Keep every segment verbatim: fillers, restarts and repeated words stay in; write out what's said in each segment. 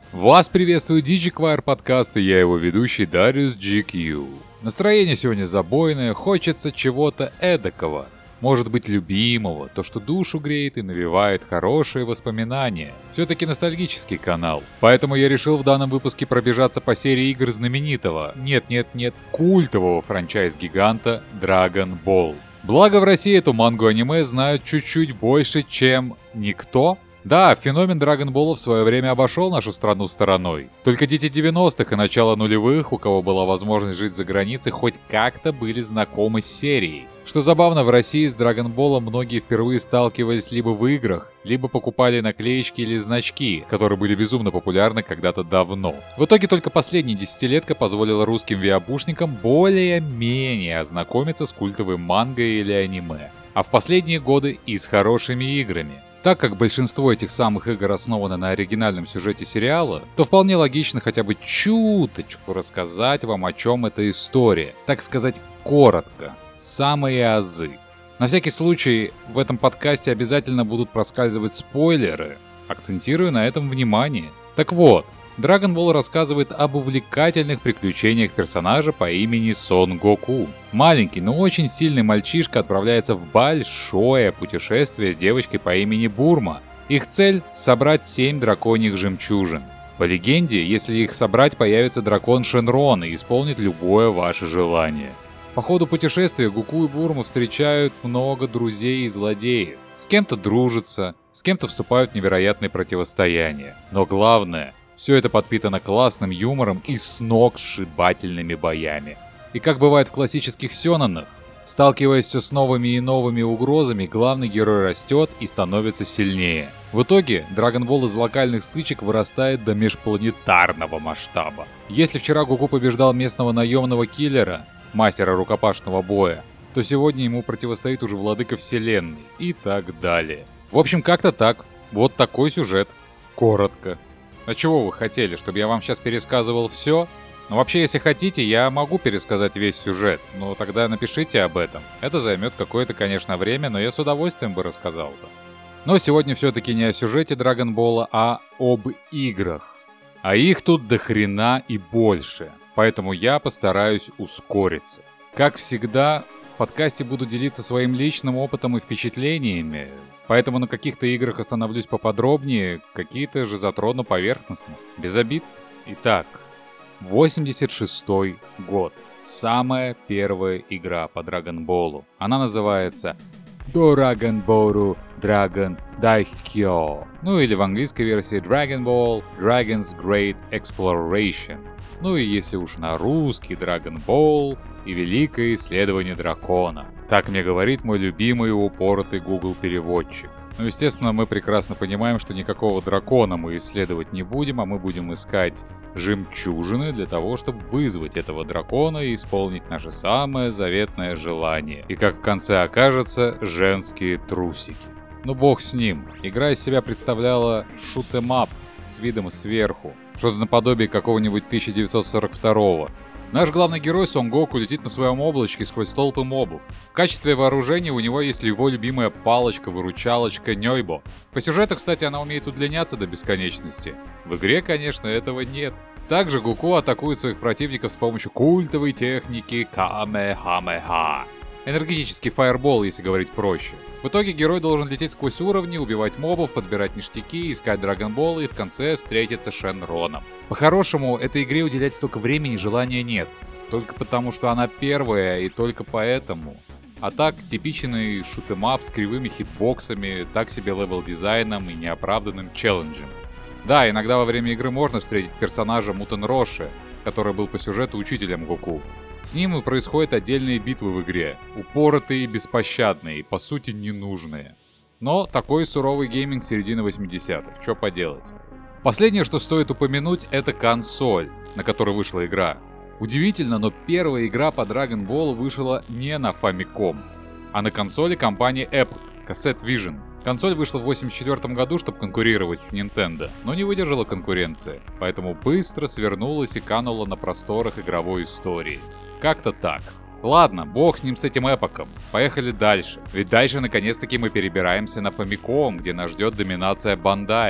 Вас приветствует DigiQuire подкаст, и я его ведущий Дариус джи кью. Настроение сегодня забойное, хочется чего-то эдакого. Может быть, любимого, то, что душу греет и навевает хорошие воспоминания. Все-таки ностальгический канал. Поэтому я решил в данном выпуске пробежаться по серии игр знаменитого, нет-нет-нет, культового франчайз-гиганта Dragon Ball. Благо в России эту мангу-аниме знают чуть-чуть больше, чем никто. Да, феномен Dragon Ball в свое время обошел нашу страну стороной. Только дети девяностых и начало нулевых, у кого была возможность жить за границей, хоть как-то были знакомы с серией. Что забавно, в России с Dragon Ball многие впервые сталкивались либо в играх, либо покупали наклеечки или значки, которые были безумно популярны когда-то давно. В итоге только последняя десятилетка позволила русским виабушникам более-менее ознакомиться с культовым манго или аниме. А в последние годы и с хорошими играми. Так как большинство этих самых игр основано на оригинальном сюжете сериала, то вполне логично хотя бы чуточку рассказать вам, о чем эта история. Так сказать, коротко. Самые азы. На всякий случай, в этом подкасте обязательно будут проскальзывать спойлеры. Акцентирую на этом внимание. Так вот, Dragon Ball рассказывает об увлекательных приключениях персонажа по имени Сон Гоку. Маленький, но очень сильный мальчишка отправляется в большое путешествие с девочкой по имени Бурма. Их цель – собрать семь драконьих жемчужин. По легенде, если их собрать, появится дракон Шенрон и исполнит любое ваше желание. По ходу путешествия Гоку и Бурма встречают много друзей и злодеев. С кем-то дружатся, с кем-то вступают в невероятные противостояния. Но главное – все это подпитано классным юмором и сногсшибательными боями. И как бывает в классических сёнэнах, сталкиваясь все с новыми и новыми угрозами, главный герой растет и становится сильнее. В итоге Dragon Ball из локальных стычек вырастает до межпланетарного масштаба. Если вчера Гоку побеждал местного наемного киллера, мастера рукопашного боя, то сегодня ему противостоит уже владыка вселенной и так далее. В общем, как-то так. Вот такой сюжет. Коротко. А чего вы хотели, чтобы я вам сейчас пересказывал все? Ну вообще, если хотите, я могу пересказать весь сюжет, но тогда напишите об этом. Это займет какое-то, конечно, время, но я с удовольствием бы рассказал-то. Но сегодня все-таки не о сюжете Dragon Ball, а об играх. А их тут до хрена и больше, поэтому я постараюсь ускориться. Как всегда, в подкасте буду делиться своим личным опытом и впечатлениями, поэтому на каких-то играх остановлюсь поподробнее, какие-то же затрону поверхностно. Без обид. Итак, восемьдесят шестой год. Самая первая игра по Dragon Ball. Она называется Dragon Ball Dragon Daikyo. Ну или в английской версии Dragon Ball Dragon's Great Exploration. Ну и если уж на русский, Dragon Ball и Великое исследование дракона. Так мне говорит мой любимый и упоротый Google переводчик. Ну, естественно, мы прекрасно понимаем, что никакого дракона мы исследовать не будем, а мы будем искать жемчужины для того, чтобы вызвать этого дракона и исполнить наше самое заветное желание. И как в конце окажется, женские трусики. Ну бог с ним. Игра из себя представляла шут'ем-ап с видом сверху. Что-то наподобие какого-нибудь тысяча девятьсот сорок второго. Наш главный герой Сон Гоку летит на своем облачке сквозь толпы мобов. В качестве вооружения у него есть его любимая палочка-выручалочка Нёйбо. По сюжету, кстати, она умеет удлиняться до бесконечности. В игре, конечно, этого нет. Также Гоку атакует своих противников с помощью культовой техники Камехамеха. Энергетический фаербол, если говорить проще. В итоге герой должен лететь сквозь уровни, убивать мобов, подбирать ништяки, искать драгонболы и в конце встретиться с Шенроном. По-хорошему, этой игре уделять столько времени желания нет. Только потому, что она первая и только поэтому. А так, типичный шут'ем-ап с кривыми хитбоксами, так себе левел-дизайном и неоправданным челленджем. Да, иногда во время игры можно встретить персонажа Мутен Роши, который был по сюжету учителем Гоку. С ним и происходят отдельные битвы в игре, упоротые и беспощадные, и по сути ненужные. Но такой суровый гейминг середины восьмидесятых, что поделать. Последнее, что стоит упомянуть, это консоль, на которой вышла игра. Удивительно, но первая игра по Dragon Ball вышла не на Famicom, а на консоли компании Epic, Cassette Vision. Консоль вышла в восемьдесят четвёртом году, чтобы конкурировать с Nintendo, но не выдержала конкуренции, поэтому быстро свернулась и канула на просторах игровой истории. Как-то так. Ладно, бог с ним, с этим эпоком. Поехали дальше. Ведь дальше наконец-таки мы перебираемся на Famicom, где нас ждет доминация Бандая.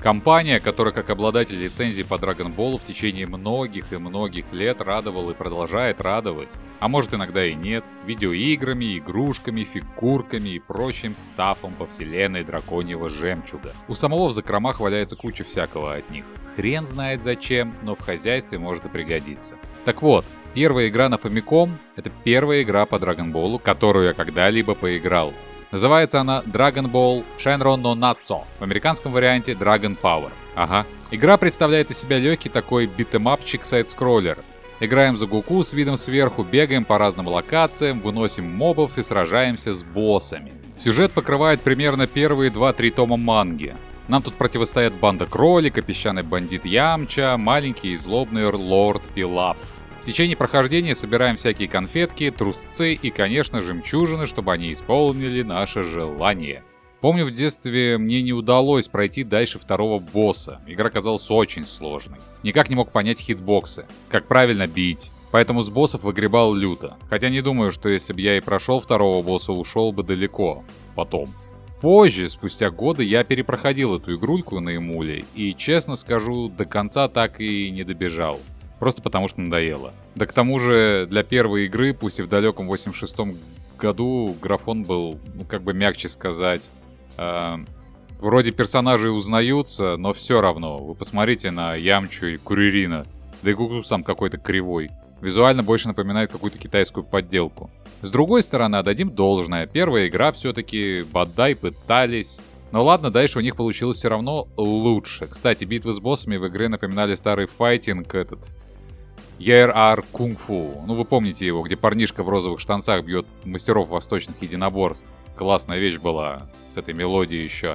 Компания, которая как обладатель лицензии по Dragon Ball в течение многих и многих лет радовала и продолжает радовать, а может иногда и нет, видеоиграми, игрушками, фигурками и прочим стафом по вселенной Драконьего Жемчуга. У самого в закромах валяется куча всякого от них. Хрен знает зачем, но в хозяйстве может и пригодиться. Так вот, первая игра на Famicom — это первая игра по Dragon Ball, которую я когда-либо поиграл. Называется она Dragon Ball Shenron no Natsu, в американском варианте Dragon Power. Ага. Игра представляет из себя легкий такой битэмапчик сайд-скроллер. Играем за Гоку с видом сверху, бегаем по разным локациям, выносим мобов и сражаемся с боссами. Сюжет покрывает примерно первые два-три тома манги. Нам тут противостоят банда Кролика, песчаный бандит Ямча, маленький и злобный лорд Пилаф. В течение прохождения собираем всякие конфетки, трусцы и, конечно, жемчужины, чтобы они исполнили наше желание. Помню, в детстве мне не удалось пройти дальше второго босса. Игра казалась очень сложной. Никак не мог понять хитбоксы, как правильно бить. Поэтому с боссов выгребал люто. Хотя не думаю, что если бы я и прошел второго босса, ушел бы далеко. Потом. Позже, спустя годы, я перепроходил эту игрульку на эмуле. И, честно скажу, до конца так и не добежал. Просто потому что надоело. Да к тому же для первой игры, пусть и в далеком восемьдесят шестом году, графон был, ну как бы мягче сказать, э, вроде персонажи узнаются, но все равно. Вы посмотрите на Ямчу и Куририна. Да и Гоку сам какой-то кривой. Визуально больше напоминает какую-то китайскую подделку. С другой стороны, отдадим должное. Первая игра все-таки Баддай пытались. Но ладно, дальше у них получилось все равно лучше. Кстати, битвы с боссами в игре напоминали старый файтинг этот... и ар ар Kung Fu. Ну, вы помните его, где парнишка в розовых штанцах бьет мастеров восточных единоборств. Классная вещь была с этой мелодией еще.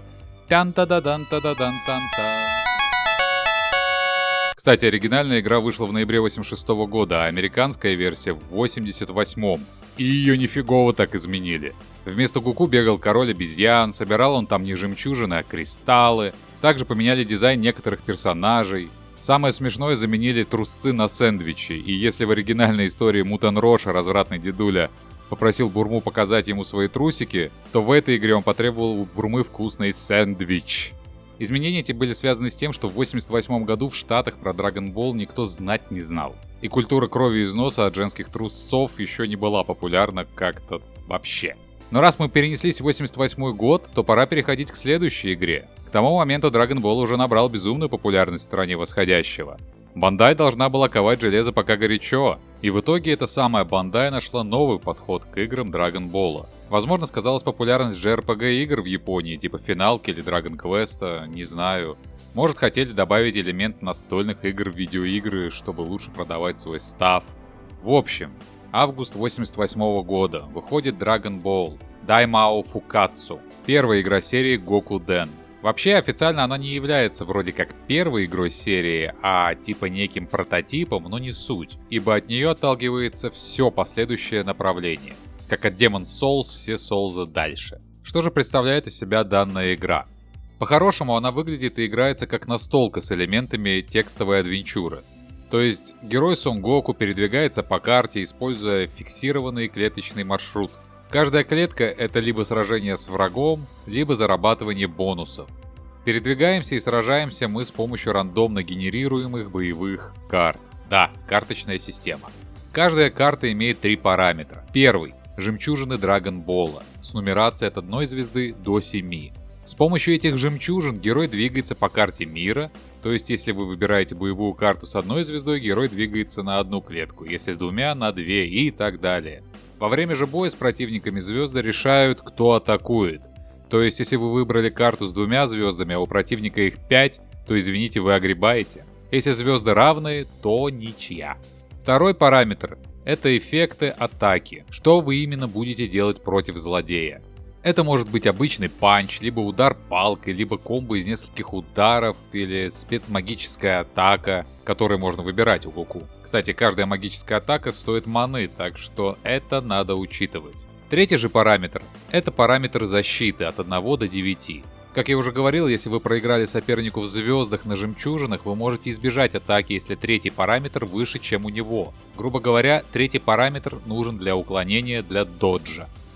Тан-та-да-дан-та-да-дан-тан-та. Кстати, оригинальная игра вышла в ноябре восемьдесят шестого года, а американская версия в восемьдесят восьмом. И ее нифигово так изменили. Вместо Гоку бегал король обезьян, собирал он там не жемчужины, а кристаллы. Также поменяли дизайн некоторых персонажей. Самое смешное, заменили трусцы на сэндвичи. И если в оригинальной истории Мутан Роша, развратный дедуля, попросил Бурму показать ему свои трусики, то в этой игре он потребовал у Бурмы вкусный сэндвич. Изменения эти были связаны с тем, что в восемьдесят восьмом году в Штатах про Dragon Ball никто знать не знал. И культура крови и износа от женских трусцов еще не была популярна как-то вообще. Но раз мы перенеслись в восемьдесят восьмой год, то пора переходить к следующей игре. К тому моменту Dragon Ball уже набрал безумную популярность в стране восходящего. Бандай должна была ковать железо пока горячо, и в итоге эта самая Бандай нашла новый подход к играм Dragon Ball. Возможно, сказалась популярность джей ар пи джи-игр в Японии, типа Финалки или Dragon Quest, не знаю. Может, хотели добавить элемент настольных игр в видеоигры, чтобы лучше продавать свой стаф. В общем, август восемьдесят восьмого года выходит Dragon Ball Daimao Fukatsu, первая игра серии Gokuden. Вообще, официально она не является вроде как первой игрой серии, а типа неким прототипом, но не суть, ибо от нее отталкивается все последующее направление. Как от Demon's Souls все Souls дальше. Что же представляет из себя данная игра? По-хорошему, она выглядит и играется как настолка с элементами текстовой адвенчуры. То есть герой Сон Гоку передвигается по карте, используя фиксированный клеточный маршрут. Каждая клетка — это либо сражение с врагом, либо зарабатывание бонусов. Передвигаемся и сражаемся мы с помощью рандомно генерируемых боевых карт. Да, карточная система. Каждая карта имеет три параметра. Первый — жемчужины Dragon Ball с нумерацией от одной звезды до семи. С помощью этих жемчужин герой двигается по карте мира, то есть если вы выбираете боевую карту с одной звездой, герой двигается на одну клетку, если с двумя — на две и так далее. Во время же боя с противниками звезды решают, кто атакует. То есть если вы выбрали карту с двумя звездами, а у противника их пять, то извините, вы огребаете. Если звезды равные, то ничья. Второй параметр — это эффекты атаки. Что вы именно будете делать против злодея? Это может быть обычный панч, либо удар палкой, либо комбо из нескольких ударов, или спецмагическая атака, которую можно выбирать у Гоку. Кстати, каждая магическая атака стоит маны, так что это надо учитывать. Третий же параметр — это параметр защиты от одного до девяти. Как я уже говорил, если вы проиграли сопернику в звездах на жемчужинах, вы можете избежать атаки, если третий параметр выше, чем у него. Грубо говоря, третий параметр нужен для уклонения, для доджа.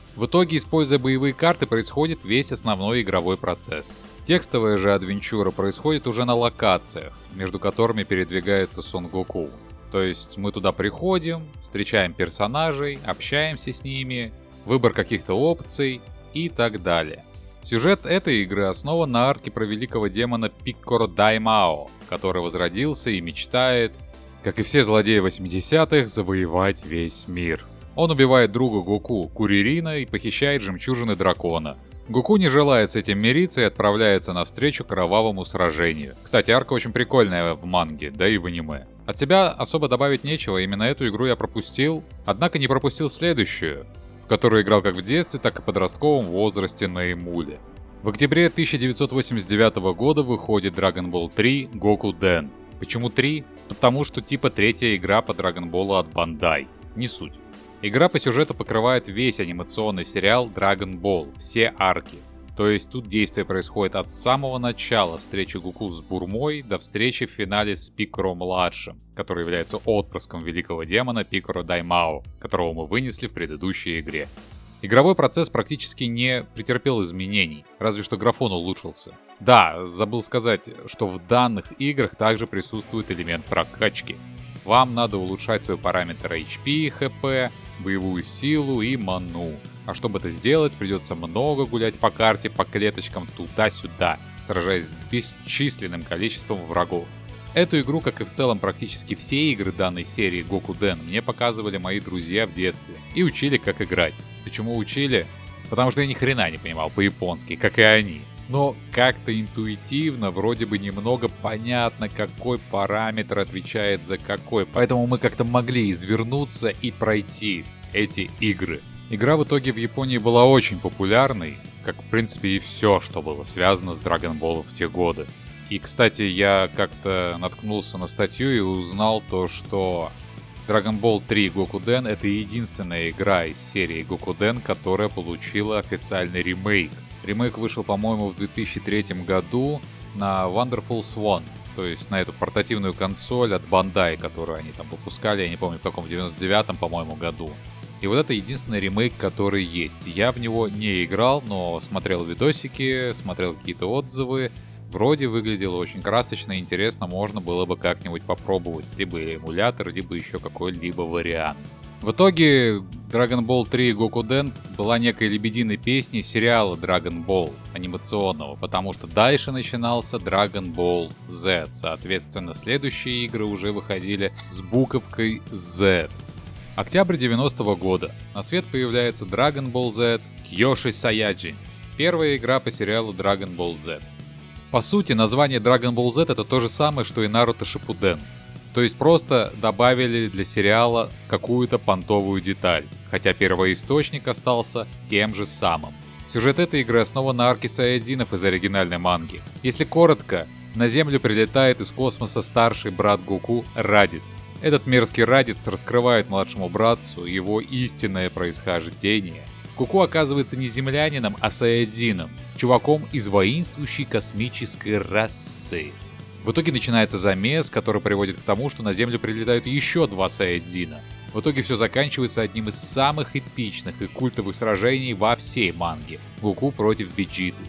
В итоге, используя боевые карты, происходит весь основной игровой процесс. Текстовая же адвенчура происходит уже на локациях, между которыми передвигается Сон Гоку. То есть мы туда приходим, встречаем персонажей, общаемся с ними, выбор каких-то опций и так далее. Сюжет этой игры основан на арке про великого демона Пиккоро Даймао, который возродился и мечтает, как и все злодеи восьмидесятых, завоевать весь мир. Он убивает друга Гоку, Куририна, и похищает жемчужины дракона. Гоку не желает с этим мириться и отправляется навстречу кровавому сражению. Кстати, арка очень прикольная в манге, да и в аниме. От себя особо добавить нечего, именно эту игру я пропустил, однако не пропустил следующую, в которую играл как в детстве, так и в подростковом возрасте на эмуле. В октябре тысяча девятьсот восемьдесят девятого года выходит Dragon Ball три Gokuden. Почему три? Потому что типа третья игра по Dragon Ball от Bandai. Не суть. Игра по сюжету покрывает весь анимационный сериал Dragon Ball, все арки. То есть тут действие происходит от самого начала встречи Гоку с Бурмой до встречи в финале с Пиккоро-младшим, который является отпрыском великого демона Пиккоро Даймао, которого мы вынесли в предыдущей игре. Игровой процесс практически не претерпел изменений, разве что графон улучшился. Да, забыл сказать, что в данных играх также присутствует элемент прокачки. Вам надо улучшать свои параметры эйч пи, эйч пи, боевую силу и ману. А чтобы это сделать, придется много гулять по карте, по клеточкам туда-сюда, сражаясь с бесчисленным количеством врагов. Эту игру, как и в целом практически все игры данной серии Gokuden, мне показывали мои друзья в детстве и учили, как играть. Почему учили? Потому что я ни хрена не понимал по-японски, как и они. Но как-то интуитивно, вроде бы немного понятно, какой параметр отвечает за какой. Поэтому мы как-то могли извернуться и пройти эти игры. Игра в итоге в Японии была очень популярной, как в принципе и все, что было связано с Dragon Ball в те годы. И, кстати, я как-то наткнулся на статью и узнал то, что Dragon Ball три Gokuden — это единственная игра из серии Gokuden, которая получила официальный ремейк. Ремейк вышел, по-моему, в две тысячи третьем году на Wonderful Swan, то есть на эту портативную консоль от Bandai, которую они там выпускали, я не помню в каком, в девяносто девятом, по-моему, году. И вот это единственный ремейк, который есть. Я в него не играл, но смотрел видосики, смотрел какие-то отзывы. Вроде выглядело очень красочно и интересно, можно было бы как-нибудь попробовать. Либо эмулятор, либо еще какой-либо вариант. В итоге Dragon Ball три Gokuden была некой лебединой песней сериала Dragon Ball анимационного, потому что дальше начинался Dragon Ball Z. Соответственно, следующие игры уже выходили с буковкой Z. Октябрь девяностого года. На свет появляется Dragon Ball Z Kyoshi Saiyajin. Первая игра по сериалу Dragon Ball Z. По сути, название Dragon Ball Z это то же самое, что и Naruto Shippuden. То есть просто добавили для сериала какую-то понтовую деталь, хотя первоисточник остался тем же самым. Сюжет этой игры основан на арке саiyajинов из оригинальной манги. Если коротко, на Землю прилетает из космоса старший брат Гоку Радиц. Этот мерзкий Радиц раскрывает младшему братцу его истинное происхождение. Гоку оказывается не землянином, а саiyajином, чуваком из воинствующей космической расы. В итоге начинается замес, который приводит к тому, что на Землю прилетают еще два саiyajина. В итоге все заканчивается одним из самых эпичных и культовых сражений во всей манге — Гоку против Беджиты.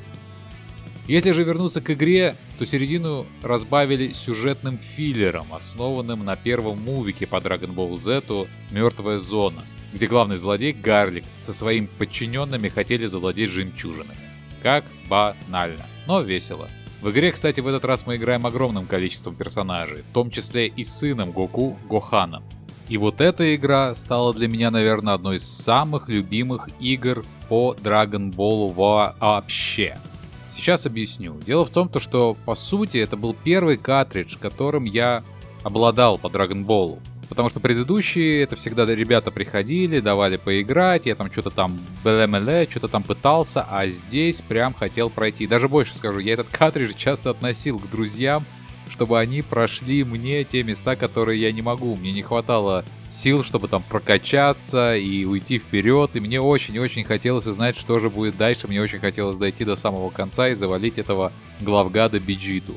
Если же вернуться к игре, то середину разбавили сюжетным филлером, основанным на первом мувике по Dragon Ball Z «Мертвая зона», где главный злодей Гарлик со своими подчиненными хотели завладеть жемчужинами. Как банально, но весело. В игре, кстати, в этот раз мы играем огромным количеством персонажей, в том числе и сыном Гоку Гоханом. И вот эта игра стала для меня, наверное, одной из самых любимых игр по Dragon Ball вообще. Сейчас объясню. Дело в том, что по сути это был первый картридж, которым я обладал по Dragon Ball. Потому что предыдущие, это всегда ребята приходили, давали поиграть, я там что-то там блэ-мэлэ, что-то там пытался, а здесь прям хотел пройти. Даже больше скажу, я этот картридж часто относил к друзьям, чтобы они прошли мне те места, которые я не могу. Мне не хватало сил, чтобы там прокачаться и уйти вперед, и мне очень-очень хотелось узнать, что же будет дальше. Мне очень хотелось дойти до самого конца и завалить этого главгада Беджиту.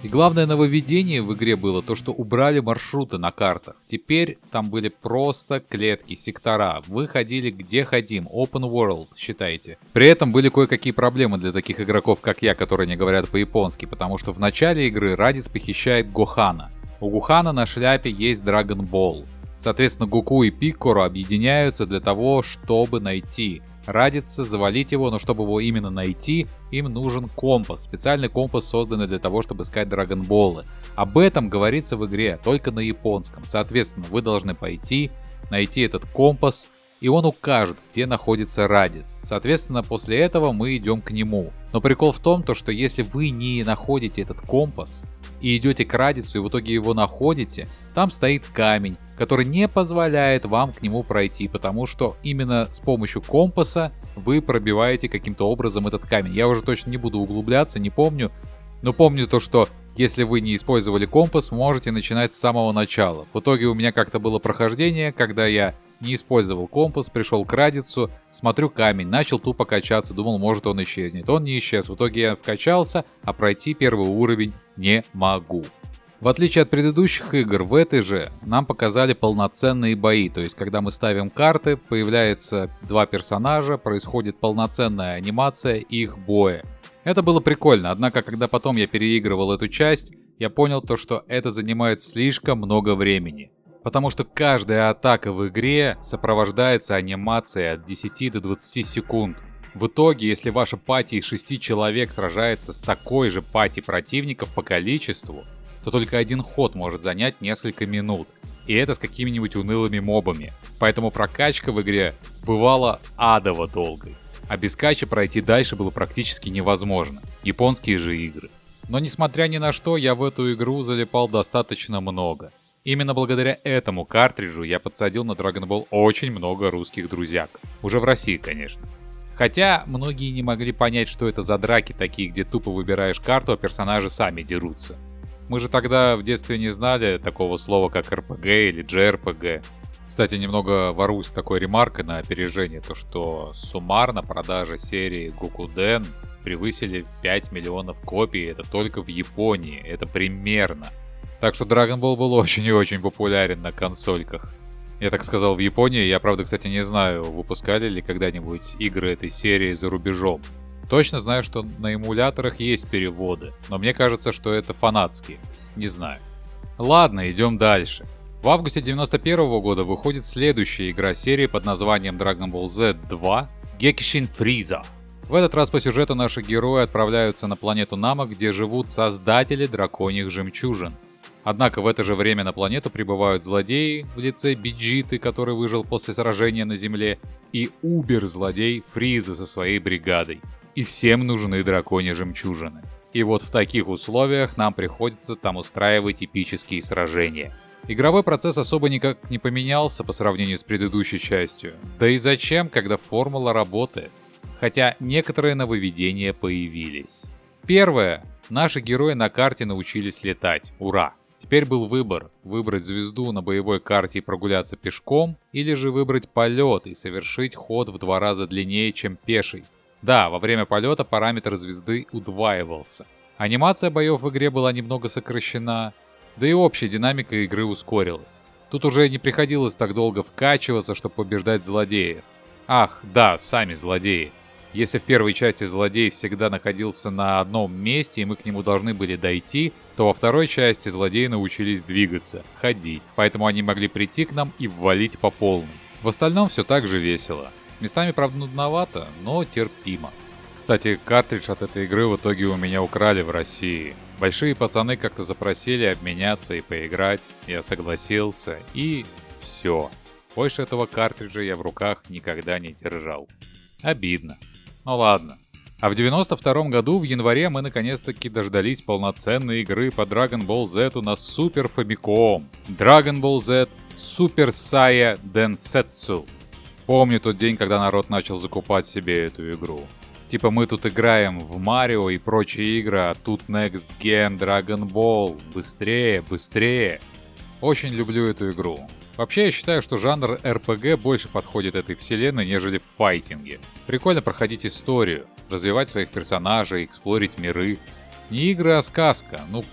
И главное нововведение в игре было то, что убрали маршруты на картах. Теперь там были просто клетки, сектора. Вы ходили где хотим, open world, считайте. При этом были кое-какие проблемы для таких игроков, как я, которые не говорят по-японски, потому что в начале игры Радиц похищает Гохана. У Гохана на шляпе есть Dragon Ball. Соответственно, Гоку и Пиккоро объединяются для того, чтобы найти Радица, завалить его, но чтобы его именно найти, им нужен компас. Специальный компас, созданный для того, чтобы искать драгонболы. Об этом говорится в игре, только на японском. Соответственно, вы должны пойти, найти этот компас, и он укажет, где находится Радиц. Соответственно, после этого мы идем к нему. Но прикол в том, то, что если вы не находите этот компас, и идете к Радицу, и в итоге его находите, там стоит камень, который не позволяет вам к нему пройти, потому что именно с помощью компаса вы пробиваете каким-то образом этот камень. Я уже точно не буду углубляться, не помню, но помню то, что если вы не использовали компас, можете начинать с самого начала. В итоге у меня как-то было прохождение, когда я не использовал компас, пришел к Радицу, смотрю камень, начал тупо качаться, думал, может он исчезнет. Он не исчез, в итоге я вкачался, а пройти первый уровень не могу. В отличие от предыдущих игр, в этой же нам показали полноценные бои, то есть когда мы ставим карты, появляется два персонажа, происходит полноценная анимация их боя. Это было прикольно, однако когда потом я переигрывал эту часть, я понял то, что это занимает слишком много времени. Потому что каждая атака в игре сопровождается анимацией от десяти до двадцати секунд. В итоге, если ваша пати из шести человек сражается с такой же пати противников по количеству, то только один ход может занять несколько минут. И это с какими-нибудь унылыми мобами. Поэтому прокачка в игре бывала адово долгой. А без кача пройти дальше было практически невозможно. Японские же игры. Но несмотря ни на что, я в эту игру залипал достаточно много. Именно благодаря этому картриджу я подсадил на Dragon Ball очень много русских друзьяк. Уже в России, конечно. Хотя многие не могли понять, что это за драки такие, где тупо выбираешь карту, а персонажи сами дерутся. Мы же тогда в детстве не знали такого слова, как эр пи джи или джей ар пи джи. Кстати, немного воруюсь с такой ремаркой на опережение, то что суммарно продажи серии Гокуден превысили пять миллионов копий, это только в Японии, это примерно. Так что Dragon Ball был очень и очень популярен на консольках. Я так сказал в Японии, я правда, кстати, не знаю, выпускали ли когда-нибудь игры этой серии за рубежом. Точно знаю, что на эмуляторах есть переводы, но мне кажется, что это фанатские. Не знаю. Ладно, идем дальше. В августе девяносто первого года выходит следующая игра серии под названием Dragon Ball зет два Gekishin Frieza. В этот раз по сюжету наши герои отправляются на планету Намок, где живут создатели драконьих жемчужин. Однако в это же время на планету прибывают злодеи в лице Биджиты, который выжил после сражения на Земле, и Убер-злодей Фриза со своей бригадой. И всем нужны драконьи жемчужины. И вот в таких условиях нам приходится там устраивать эпические сражения. Игровой процесс особо никак не поменялся по сравнению с предыдущей частью. Да и зачем, когда формула работает? Хотя некоторые нововведения появились. Первое. Наши герои на карте научились летать. Ура! Теперь был выбор – выбрать звезду на боевой карте и прогуляться пешком, или же выбрать полет и совершить ход в два раза длиннее, чем пеший. Да, во время полета параметр звезды удваивался. Анимация боев в игре была немного сокращена, да и общая динамика игры ускорилась. Тут уже не приходилось так долго вкачиваться, чтобы побеждать злодеев. Ах, да, сами злодеи. Если в первой части злодей всегда находился на одном месте, и мы к нему должны были дойти, то во второй части злодеи научились двигаться, ходить, поэтому они могли прийти к нам и ввалить по полной. В остальном все так же весело. Местами, правда, нудновато, но терпимо. Кстати, картридж от этой игры в итоге у меня украли в России. Большие пацаны как-то запросили обменяться и поиграть, я согласился, и все. Больше этого картриджа я в руках никогда не держал. Обидно. Ну ладно. А в девяносто втором году в январе мы наконец-таки дождались полноценной игры по Dragon Ball Z на Super Famicom. Dragon Ball Z Super Saiya Densetsu. Помню тот день, когда народ начал закупать себе эту игру. Типа мы тут играем в Марио и прочие игры, а тут Next Gen Dragon Ball. Быстрее, быстрее. Очень люблю эту игру. Вообще, я считаю, что жанр эр пи джи больше подходит этой вселенной, нежели в файтинге. Прикольно проходить историю, развивать своих персонажей, эксплорить миры. Не игры, а сказка. Ну,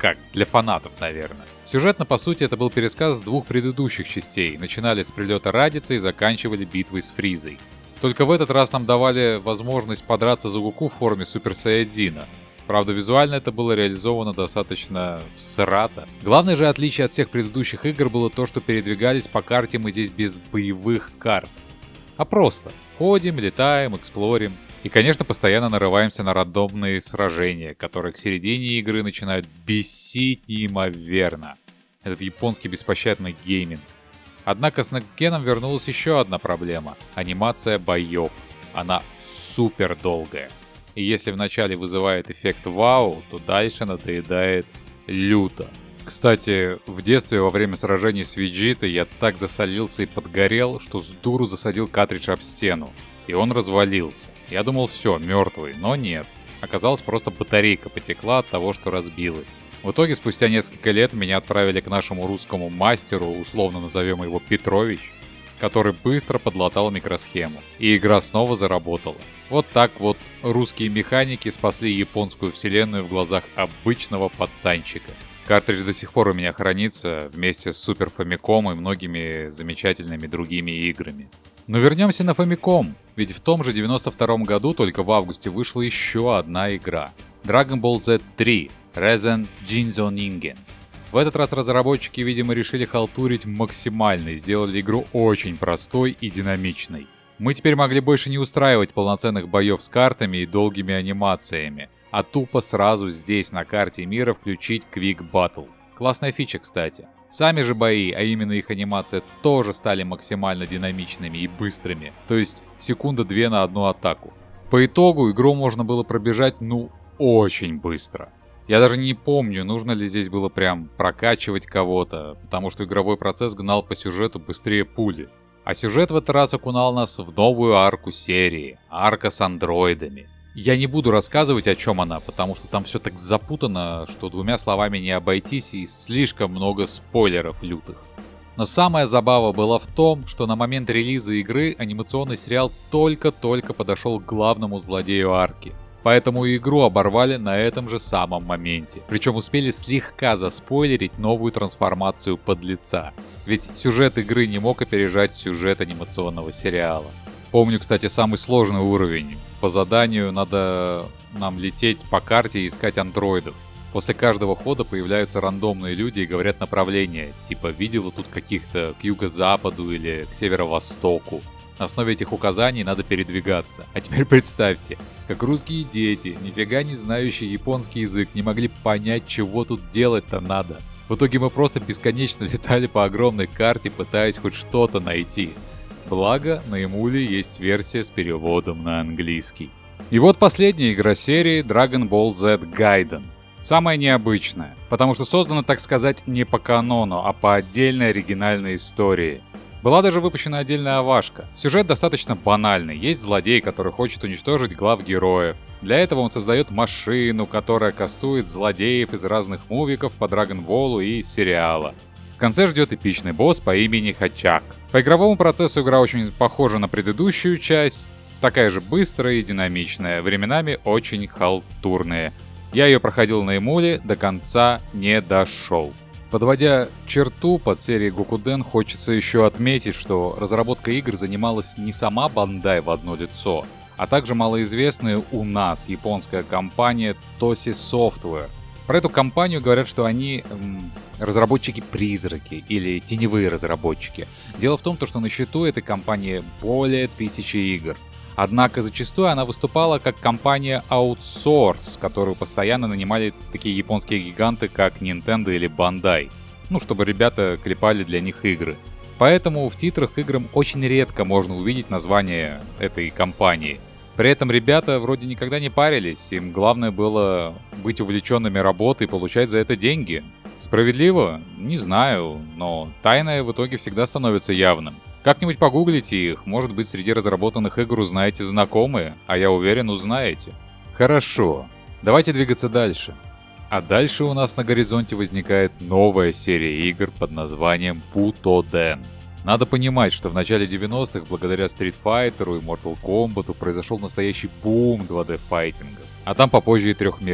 как, для фанатов, наверное. Сюжетно, по сути, это был пересказ двух предыдущих частей. Начинали с прилета Радица и заканчивали битвой с Фризой. Только в этот раз нам давали возможность подраться за Гоку в форме Супер Саiyajina. Правда, визуально это было реализовано достаточно всрато. Главное же отличие от всех предыдущих игр было то, что передвигались по карте мы здесь без боевых карт. А просто ходим, летаем, эксплорим. И, конечно, постоянно нарываемся на рандомные сражения, которые к середине игры начинают бесить неимоверно. Этот японский беспощадный гейминг. Однако с Next Gen вернулась еще одна проблема – анимация боев. Она супер долгая. И если вначале вызывает эффект вау, то дальше надоедает люто. Кстати, в детстве во время сражений с Виджитой я так засолился и подгорел, что с дуру засадил картридж об стену. И он развалился. Я думал, все, мертвый, но нет. Оказалось, просто батарейка потекла от того, что разбилась. В итоге, спустя несколько лет меня отправили к нашему русскому мастеру, условно назовем его Петрович, который быстро подлатал микросхему. И игра снова заработала. Вот так вот русские механики спасли японскую вселенную в глазах обычного пацанчика. Картридж до сих пор у меня хранится вместе с Super Famicom и многими замечательными другими играми. Но вернемся на Famicom, ведь в том же девяносто втором году только в августе вышла еще одна игра. Dragon Ball зет три Resen Jinzo Ningen. В этот раз разработчики, видимо, решили халтурить максимально и сделали игру очень простой и динамичной. Мы теперь могли больше не устраивать полноценных боев с картами и долгими анимациями, а тупо сразу здесь на карте мира включить Quick Battle. Классная фича, кстати. Сами же бои, а именно их анимация, тоже стали максимально динамичными и быстрыми, то есть секунда-две на одну атаку. По итогу игру можно было пробежать, ну, очень быстро. Я даже не помню, нужно ли здесь было прям прокачивать кого-то, потому что игровой процесс гнал по сюжету быстрее пули. А сюжет в этот раз окунал нас в новую арку серии, арка с андроидами. Я не буду рассказывать, о чем она, потому что там все так запутано, что двумя словами не обойтись и слишком много спойлеров лютых. Но самая забава была в том, что на момент релиза игры анимационный сериал только-только подошел к главному злодею арки. Поэтому игру оборвали на этом же самом моменте. Причем успели слегка заспойлерить новую трансформацию подлеца. Ведь сюжет игры не мог опережать сюжет анимационного сериала. Помню, кстати, самый сложный уровень. По заданию надо нам лететь по карте и искать андроидов. После каждого хода появляются рандомные люди и говорят направление. Типа, видела тут каких-то к юго-западу или к северо-востоку. На основе этих указаний надо передвигаться. А теперь представьте, как русские дети, нифига не знающие японский язык, не могли понять, чего тут делать-то надо. В итоге мы просто бесконечно летали по огромной карте, пытаясь хоть что-то найти. Благо, на эмуле есть версия с переводом на английский. И вот последняя игра серии Dragon Ball Z Gaiden. Самая необычная, потому что создана, так сказать, не по канону, а по отдельной оригинальной истории. Была даже выпущена отдельная овашка. Сюжет достаточно банальный. Есть злодей, который хочет уничтожить глав героев. Для этого он создает машину, которая кастует злодеев из разных мувиков по Драгонболу и из сериала. В конце ждет эпичный босс по имени Хачак. По игровому процессу игра очень похожа на предыдущую часть. Такая же быстрая и динамичная, временами очень халтурная. Я ее проходил на эмуле, до конца не дошел. Подводя черту под серией Гокуден, хочется еще отметить, что разработкой игр занималась не сама Бандай в одно лицо, а также малоизвестная у нас японская компания Tosi Software. Про эту компанию говорят, что они м, разработчики-призраки или теневые разработчики. Дело в том, что на счету этой компании более тысячи игр. Однако зачастую она выступала как компания аутсорс, которую постоянно нанимали такие японские гиганты, как Nintendo или Bandai. Ну, чтобы ребята клепали для них игры. Поэтому в титрах играм очень редко можно увидеть название этой компании. При этом ребята вроде никогда не парились, им главное было быть увлеченными работой и получать за это деньги. Справедливо? Не знаю, но тайное в итоге всегда становится явным. Как-нибудь погуглите их, может быть, среди разработанных игр узнаете знакомые, а я уверен, узнаете. Хорошо, давайте двигаться дальше. А дальше у нас на горизонте возникает новая серия игр под названием Путоден. Надо понимать, что в начале девяностых благодаря Street Fighter и Mortal Kombat произошел настоящий бум два дэ-файтингов, а там попозже и трехмерных.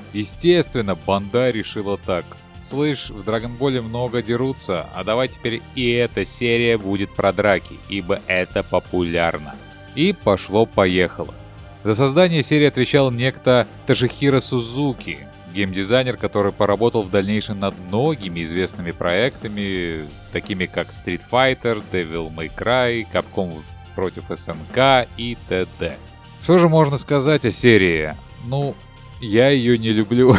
Естественно, Бандай решила так. Слышь, в Драгонболе много дерутся, а давай теперь и эта серия будет про драки, ибо это популярно. И пошло-поехало. За создание серии отвечал некто Тошихиро Сузуки, геймдизайнер, который поработал в дальнейшем над многими известными проектами, такими как Street Fighter, Devil May Cry, Capcom против эс эн ка и т.д. Что же можно сказать о серии? Ну, я ее не люблю.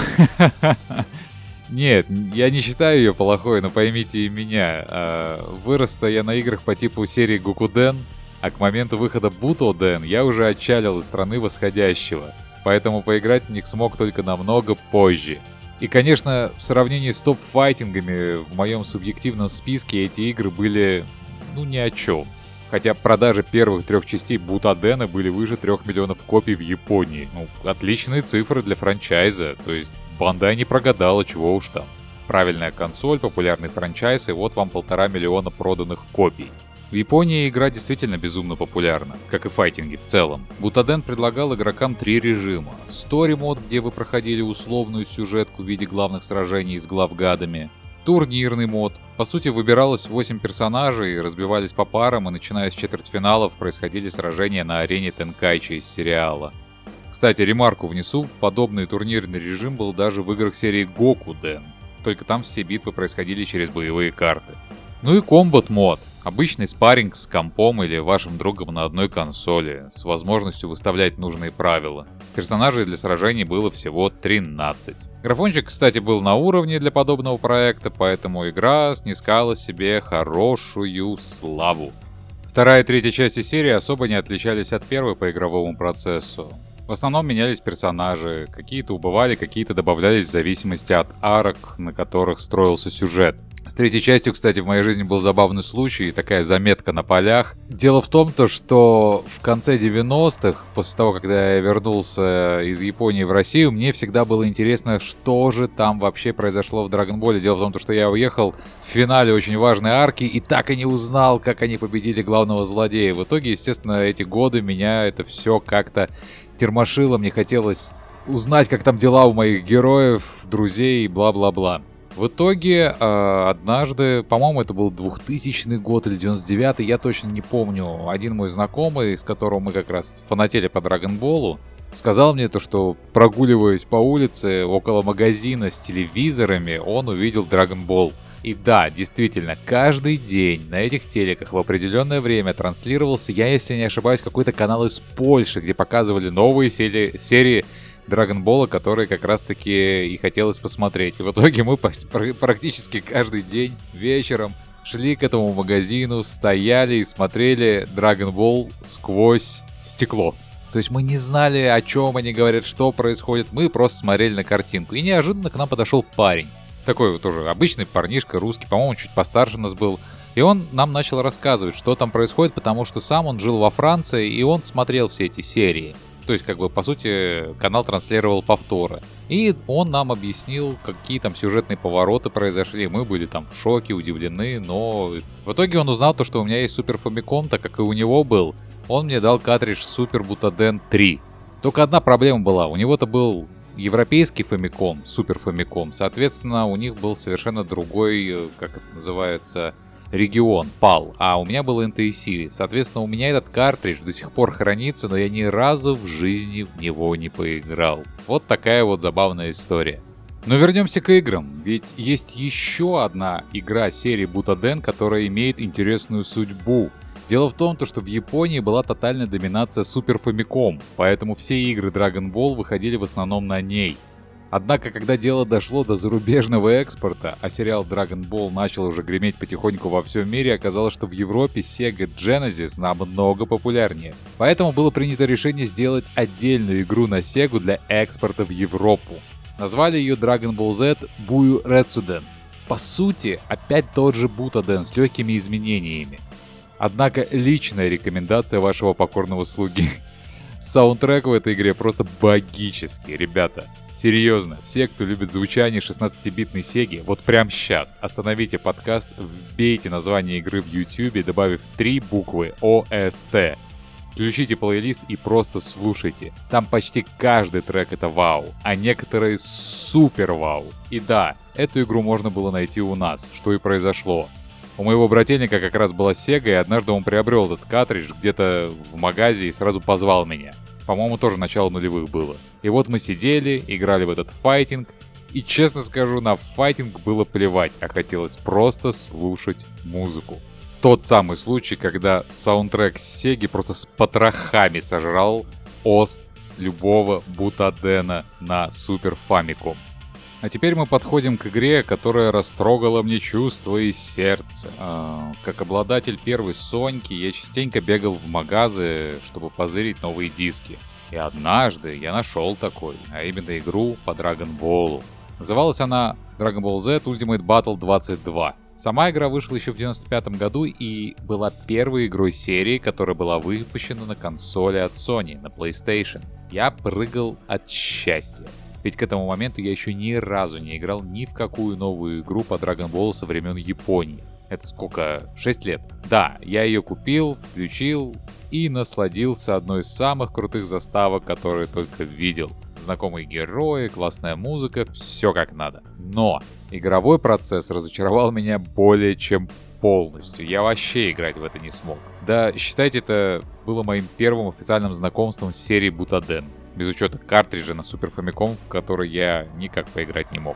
Нет, я не считаю ее плохой, но поймите и меня. Вырос-то я на играх по типу серии Гокуден, а к моменту выхода Бутоден я уже отчалил из страны восходящего. Поэтому поиграть в них смог только намного позже. И, конечно, в сравнении с топ-файтингами в моем субъективном списке эти игры были, ну, ни о чем. Хотя продажи первых трех частей Бутодена были выше трех миллионов копий в Японии. Ну, отличные цифры для франчайза, то есть Бандай не прогадала, чего уж там. Правильная консоль, популярный франчайз, и вот вам полтора миллиона проданных копий. В Японии игра действительно безумно популярна, как и файтинги в целом. Бутоден предлагал игрокам три режима. Story мод, где вы проходили условную сюжетку в виде главных сражений с главгадами. Турнирный мод. По сути, выбиралось восемь персонажей, разбивались по парам, и начиная с четвертьфиналов происходили сражения на арене Тенкайчи из сериала. Кстати, ремарку внесу, подобный турнирный режим был даже в играх серии Гокуден, только там все битвы происходили через боевые карты. Ну и комбат мод. Обычный спарринг с компом или вашим другом на одной консоли, с возможностью выставлять нужные правила. Персонажей для сражений было всего тринадцать. Графончик, кстати, был на уровне для подобного проекта, поэтому игра снискала себе хорошую славу. Вторая и третья части серии особо не отличались от первой по игровому процессу. В основном менялись персонажи, какие-то убывали, какие-то добавлялись в зависимости от арок, на которых строился сюжет. С третьей частью, кстати, в моей жизни был забавный случай, такая заметка на полях. Дело в том, то, что в конце девяностых, после того, когда я вернулся из Японии в Россию, мне всегда было интересно, что же там вообще произошло в Драгонболе. Дело в том, что я уехал в финале очень важной арки и так и не узнал, как они победили главного злодея. В итоге, естественно, эти годы меня это все как-то термошило. Мне хотелось узнать, как там дела у моих героев, друзей и бла-бла-бла. В итоге, э, однажды, по-моему, это был двухтысячный год или девяносто девятый, я точно не помню, один мой знакомый, с которого мы как раз фанатели по Драгонболу, сказал мне то, что, прогуливаясь по улице около магазина с телевизорами, он увидел Драгонбол. И да, действительно, каждый день на этих телеках в определенное время транслировался, я, если не ошибаюсь, какой-то канал из Польши, где показывали новые серии, серии Драгонбола, которые как раз-таки и хотелось посмотреть. И в итоге мы практически каждый день вечером шли к этому магазину, стояли и смотрели Драгонбол сквозь стекло. То есть мы не знали, о чем они говорят, что происходит, мы просто смотрели на картинку. И неожиданно к нам подошел парень. Такой вот тоже обычный парнишка, русский, по-моему, чуть постарше нас был. И он нам начал рассказывать, что там происходит, потому что сам он жил во Франции, и он смотрел все эти серии. То есть, как бы, по сути, канал транслировал повторы. И он нам объяснил, какие там сюжетные повороты произошли. Мы были там в шоке, удивлены, но в итоге он узнал то, что у меня есть Супер Фамиком, так как и у него был. Он мне дал картридж Супер Бутоден три. Только одна проблема была. У него-то был европейский Фамиком, Супер Фамиком. Соответственно, у них был совершенно другой, как это называется, регион, пал, а у меня был эн ти си. Соответственно, у меня этот картридж до сих пор хранится, но я ни разу в жизни в него не поиграл. Вот такая вот забавная история. Но вернемся к играм, ведь есть еще одна игра серии Бутоден, которая имеет интересную судьбу. Дело в том, что в Японии была тотальная доминация Супер Фамиком, поэтому все игры Dragon Ball выходили в основном на ней. Однако, когда дело дошло до зарубежного экспорта, а сериал Dragon Ball начал уже греметь потихоньку во всем мире, оказалось, что в Европе Sega Genesis намного популярнее. Поэтому было принято решение сделать отдельную игру на Sega для экспорта в Европу. Назвали ее Dragon Ball Z Buu Retsuden. По сути, опять тот же Бутоден с легкими изменениями. Однако личная рекомендация вашего покорного слуги. Саундтрек в этой игре просто богический, ребята. Серьезно, все, кто любит звучание шестнадцатибитной Сеги, вот прямо сейчас остановите подкаст, вбейте название игры в YouTube, добавив три буквы о эс ти. Включите плейлист и просто слушайте. Там почти каждый трек это вау, а некоторые супер вау. И да, эту игру можно было найти у нас, что и произошло. У моего брательника как раз была Sega, и однажды он приобрел этот картридж где-то в магазе и сразу позвал меня. По-моему, тоже начало нулевых было. И вот мы сидели, играли в этот файтинг, и честно скажу, на файтинг было плевать, а хотелось просто слушать музыку. Тот самый случай, когда саундтрек Сеги просто с потрохами сожрал ост любого Бутадена на Супер Фамиком. А теперь мы подходим к игре, которая растрогала мне чувства и сердце. А, как обладатель первой Соньки, я частенько бегал в магазы, чтобы позырить новые диски. И однажды я нашел такой, а именно игру по Dragon Ball. Называлась она Dragon Ball Z Ultimate Battle двадцать два. Сама игра вышла еще в девяносто пятом году и была первой игрой серии, которая была выпущена на консоли от Sony, на PlayStation. Я прыгал от счастья. Ведь к этому моменту я еще ни разу не играл ни в какую новую игру по Dragon Ball со времен Японии. Это сколько? шесть лет. Да, я ее купил, включил и насладился одной из самых крутых заставок, которые только видел. Знакомые герои, классная музыка, все как надо. Но игровой процесс разочаровал меня более чем полностью. Я вообще играть в это не смог. Да, считайте, это было моим первым официальным знакомством с серией Бутаден. Без учета картриджа на Супер Фамиком, в который я никак поиграть не мог.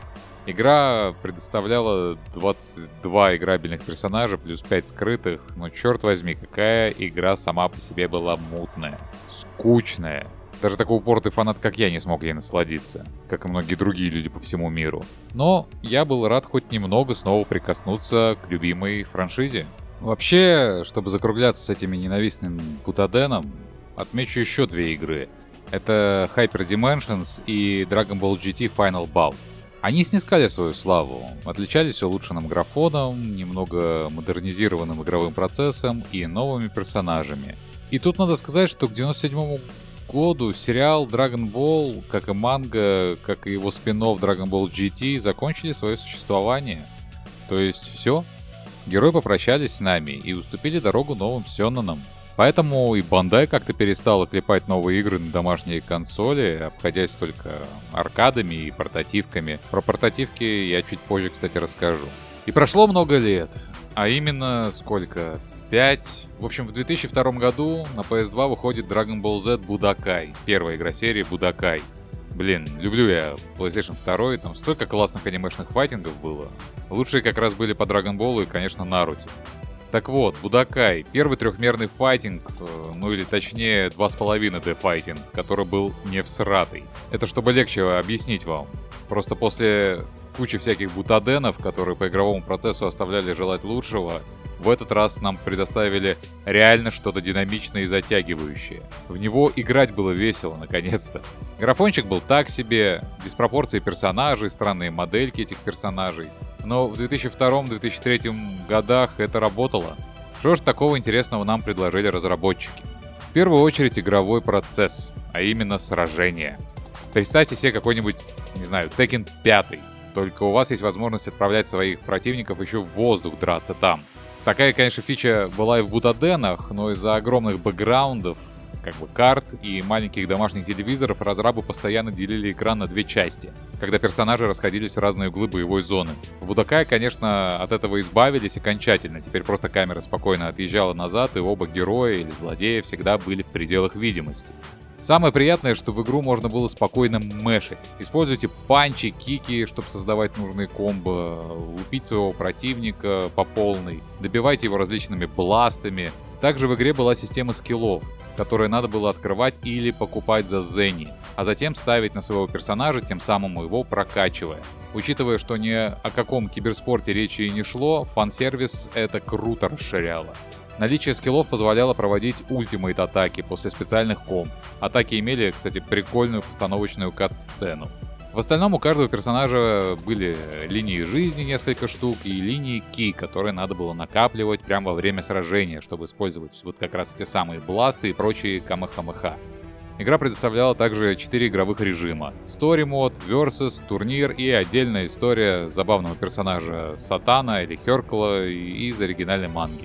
Игра предоставляла двадцать два играбельных персонажа плюс пять скрытых, но черт возьми, какая игра сама по себе была мутная, скучная. Даже такой упоротый фанат, как я, не смог ей насладиться, как и многие другие люди по всему миру. Но я был рад хоть немного снова прикоснуться к любимой франшизе. Вообще, чтобы закругляться с этими ненавистным Бутаденом, отмечу еще две игры. Это Hyper Dimensions и Dragon Ball джи ти Final Bout. Они снискали свою славу, отличались улучшенным графоном, немного модернизированным игровым процессом и новыми персонажами. И тут надо сказать, что к девяносто седьмому году сериал Dragon Ball, как и манга, как и его спин-офф Dragon Ball джи ти, закончили свое существование. То есть все. Герои попрощались с нами и уступили дорогу новым сёнэнам. Поэтому и Bandai как-то перестала клепать новые игры на домашние консоли, обходясь только аркадами и портативками. Про портативки я чуть позже, кстати, расскажу. И прошло много лет, а именно сколько? пять. В общем, в две тысячи втором году на пи эс два выходит Dragon Ball Z Budokai, первая игра серии Budokai. Блин, люблю я PlayStation два, там столько классных анимешных файтингов было. Лучшие как раз были по Dragon Ball и, конечно, Наруто. Так вот, Budokai, первый трехмерный файтинг, ну или точнее два с половиной дэ файтинг, который был не всратый. Это чтобы легче объяснить вам. Просто после кучи всяких бутаденов, которые по игровому процессу оставляли желать лучшего, в этот раз нам предоставили реально что-то динамичное и затягивающее. В него играть было весело, наконец-то. Графончик был так себе, диспропорции персонажей, странные модельки этих персонажей. Но в две тысячи втором — две тысячи третьем годах это работало. Что ж такого интересного нам предложили разработчики? В первую очередь игровой процесс, а именно сражения. Представьте себе какой-нибудь, не знаю, Tekken пять, только у вас есть возможность отправлять своих противников еще в воздух драться там. Такая, конечно, фича была и в Бутаденах, но из-за огромных бэкграундов, как бы карт и маленьких домашних телевизоров разрабы постоянно делили экран на две части, когда персонажи расходились в разные углы боевой зоны. В Budokai, конечно, от этого избавились окончательно, теперь просто камера спокойно отъезжала назад, и оба героя или злодея всегда были в пределах видимости. Самое приятное, что в игру можно было спокойно мэшить. Используйте панчи, кики, чтобы создавать нужные комбо, лупить своего противника по полной, добивайте его различными бластами. Также в игре была система скиллов, которые надо было открывать или покупать за зенни, а затем ставить на своего персонажа, тем самым его прокачивая. Учитывая, что ни о каком киберспорте речи и не шло, фан-сервис это круто расширяло. Наличие скиллов позволяло проводить ультимейт-атаки после специальных комб. Атаки имели, кстати, прикольную постановочную кат-сцену. В остальном у каждого персонажа были линии жизни несколько штук и линии ки, которые надо было накапливать прямо во время сражения, чтобы использовать вот как раз те самые бласты и прочие камехамеха. Игра предоставляла также четыре игровых режима: Story Mode, Versus, Турнир и отдельная история забавного персонажа Сатана или Херкула из оригинальной манги.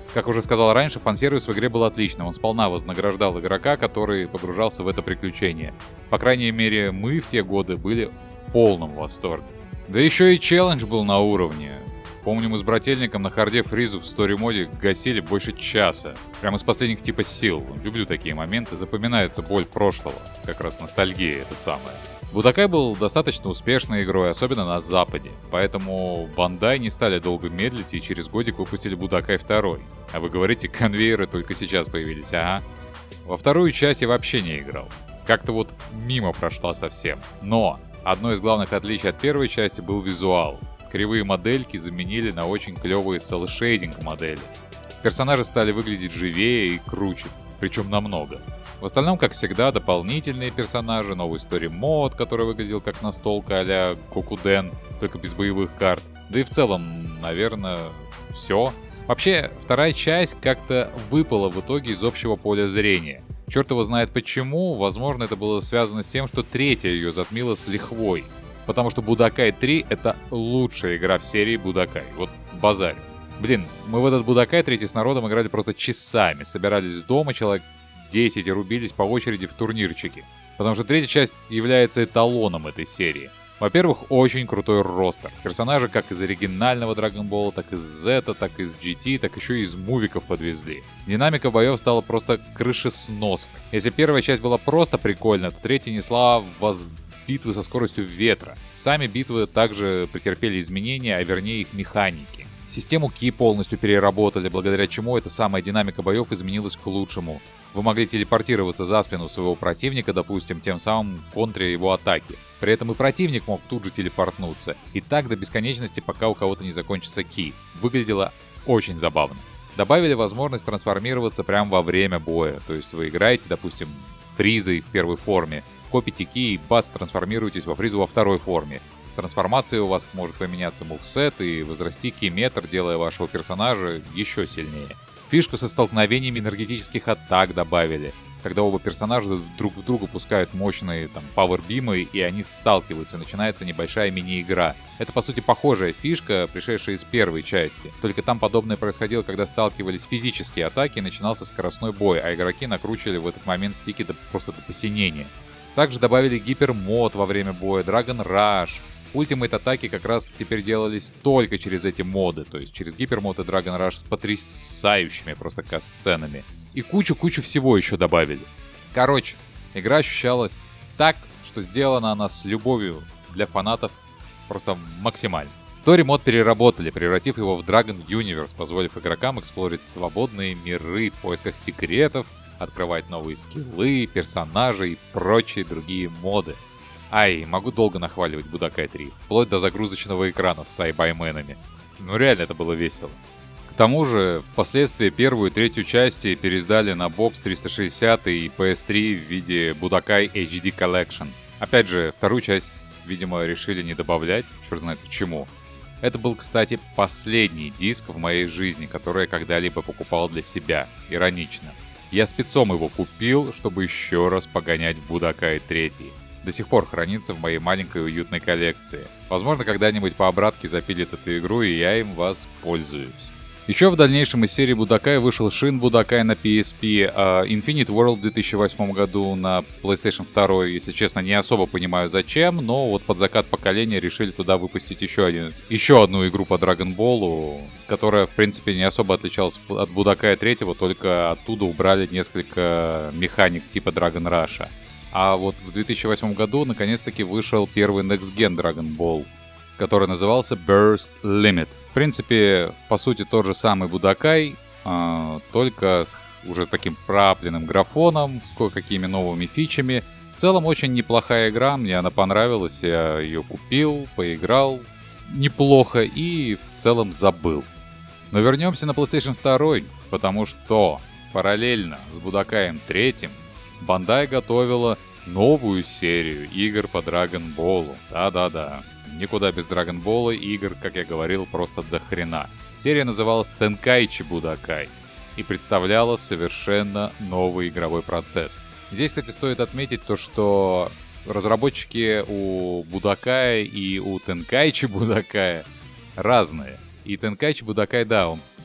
Как уже сказал раньше, фан-сервис в игре был отличным. Он сполна вознаграждал игрока, который погружался в это приключение. По крайней мере, мы в те годы были в полном восторге. Да еще и челлендж был на уровне. Помню, мы с брательником на харде фризу в стори-моде гасили больше часа. Прямо из последних типа сил. Люблю такие моменты, запоминается боль прошлого. Как раз ностальгия это самое. Будакай был достаточно успешной игрой, особенно на Западе. Поэтому Bandai не стали долго медлить и через годик выпустили Будакай два. А вы говорите, конвейеры только сейчас появились, ага. Во вторую часть я вообще не играл. Как-то вот мимо прошла совсем. Но одно из главных отличий от первой части был визуал. Кривые модельки заменили на очень клевые селл-шейдинг модели. Персонажи стали выглядеть живее и круче, причем намного. В остальном, как всегда, дополнительные персонажи, новый стори-мод, который выглядел как настолка а-ля Кокуден, только без боевых карт. Да и в целом, наверное, все. Вообще, вторая часть как-то выпала в итоге из общего поля зрения. Черт его знает почему, возможно, это было связано с тем, что третья ее затмила с лихвой. Потому что Будакай три — это лучшая игра в серии Будакай. Вот базарь. Блин, мы в этот Будакай третий с народом играли просто часами. Собирались дома, человек десять и рубились по очереди в турнирчики. Потому что третья часть является эталоном этой серии. Во-первых, очень крутой ростер. Персонажи как из оригинального Dragon Ball, так из Z, так из джи ти, так еще и из мувиков подвезли. Динамика боев стала просто крышесносной. Если первая часть была просто прикольная, то третья несла воз... битвы со скоростью ветра. Сами битвы также претерпели изменения, а вернее их механики. Систему Ки полностью переработали, благодаря чему эта самая динамика боев изменилась к лучшему. Вы могли телепортироваться за спину своего противника, допустим, тем самым контря его атаки. При этом и противник мог тут же телепортнуться. И так до бесконечности, пока у кого-то не закончится Ки. Выглядело очень забавно. Добавили возможность трансформироваться прямо во время боя. То есть вы играете, допустим, Фризой в первой форме, копите Ки и бац, трансформируетесь во Фризу во второй форме. С трансформацией у вас может поменяться мувсет и возрасти Ки-метр, делая вашего персонажа еще сильнее. Фишку со столкновениями энергетических атак добавили, когда оба персонажа друг в друга пускают мощные там пауэрбимы, и они сталкиваются, начинается небольшая мини-игра. Это, по сути, похожая фишка, пришедшая из первой части. Только там подобное происходило, когда сталкивались физические атаки, и начинался скоростной бой, а игроки накручивали в этот момент стики до, просто до посинения. Также добавили гипермод во время боя, Dragon Rush. Ультимейт атаки как раз теперь делались только через эти моды, то есть через гипермод и Dragon Rush с потрясающими просто катсценами. И кучу-кучу всего еще добавили. Короче, игра ощущалась так, что сделана она с любовью для фанатов просто максимально. Стори-мод переработали, превратив его в Dragon Universe, позволив игрокам эксплорить свободные миры в поисках секретов, открывать новые скиллы, персонажи и прочие другие моды. Ай, могу долго нахваливать Будакай три, вплоть до загрузочного экрана с сайбайменами. Ну реально это было весело. К тому же, впоследствии первую и третью части переиздали на бокс триста шестьдесят и пи эс три в виде Будакай эйч ди Collection. Опять же, вторую часть, видимо, решили не добавлять, черт знает почему. Это был, кстати, последний диск в моей жизни, который я когда-либо покупал для себя. Иронично. Я спецом его купил, чтобы еще раз погонять в Будакай три. До сих пор хранится в моей маленькой уютной коллекции. Возможно, когда-нибудь по обратке запилит эту игру, и я им воспользуюсь. Еще в дальнейшем из серии Будакай вышел Shin Budokai на пи эс пи, а Infinite World в две тысячи восьмом году на PlayStation два. Если честно, не особо понимаю зачем, но вот под закат поколения решили туда выпустить еще, один, еще одну игру по Dragon Ball, которая, в принципе, не особо отличалась от Будакая три, только оттуда убрали несколько механик типа Dragon Rush. А вот в две тысячи восьмом году наконец-таки вышел первый Next Gen Dragon Ball, который назывался Burst Limit. В принципе, по сути, тот же самый Будакай, э, только с уже таким пропленным графоном, с кое-какими новыми фичами. В целом, очень неплохая игра, мне она понравилась, я ее купил, поиграл неплохо и в целом забыл. Но вернемся на PlayStation два, потому что параллельно с Будакаем три Bandai готовила новую серию игр по Dragon Ball. Да-да-да. Никуда без Dragon Ball игр, как я говорил, просто до хрена. Серия называлась Tenkaichi Budokai и представляла совершенно новый игровой процесс. Здесь, кстати, стоит отметить то, что разработчики у Budokai и у Tenkaichi Budokai разные. И Tenkaichi Budokai, да, он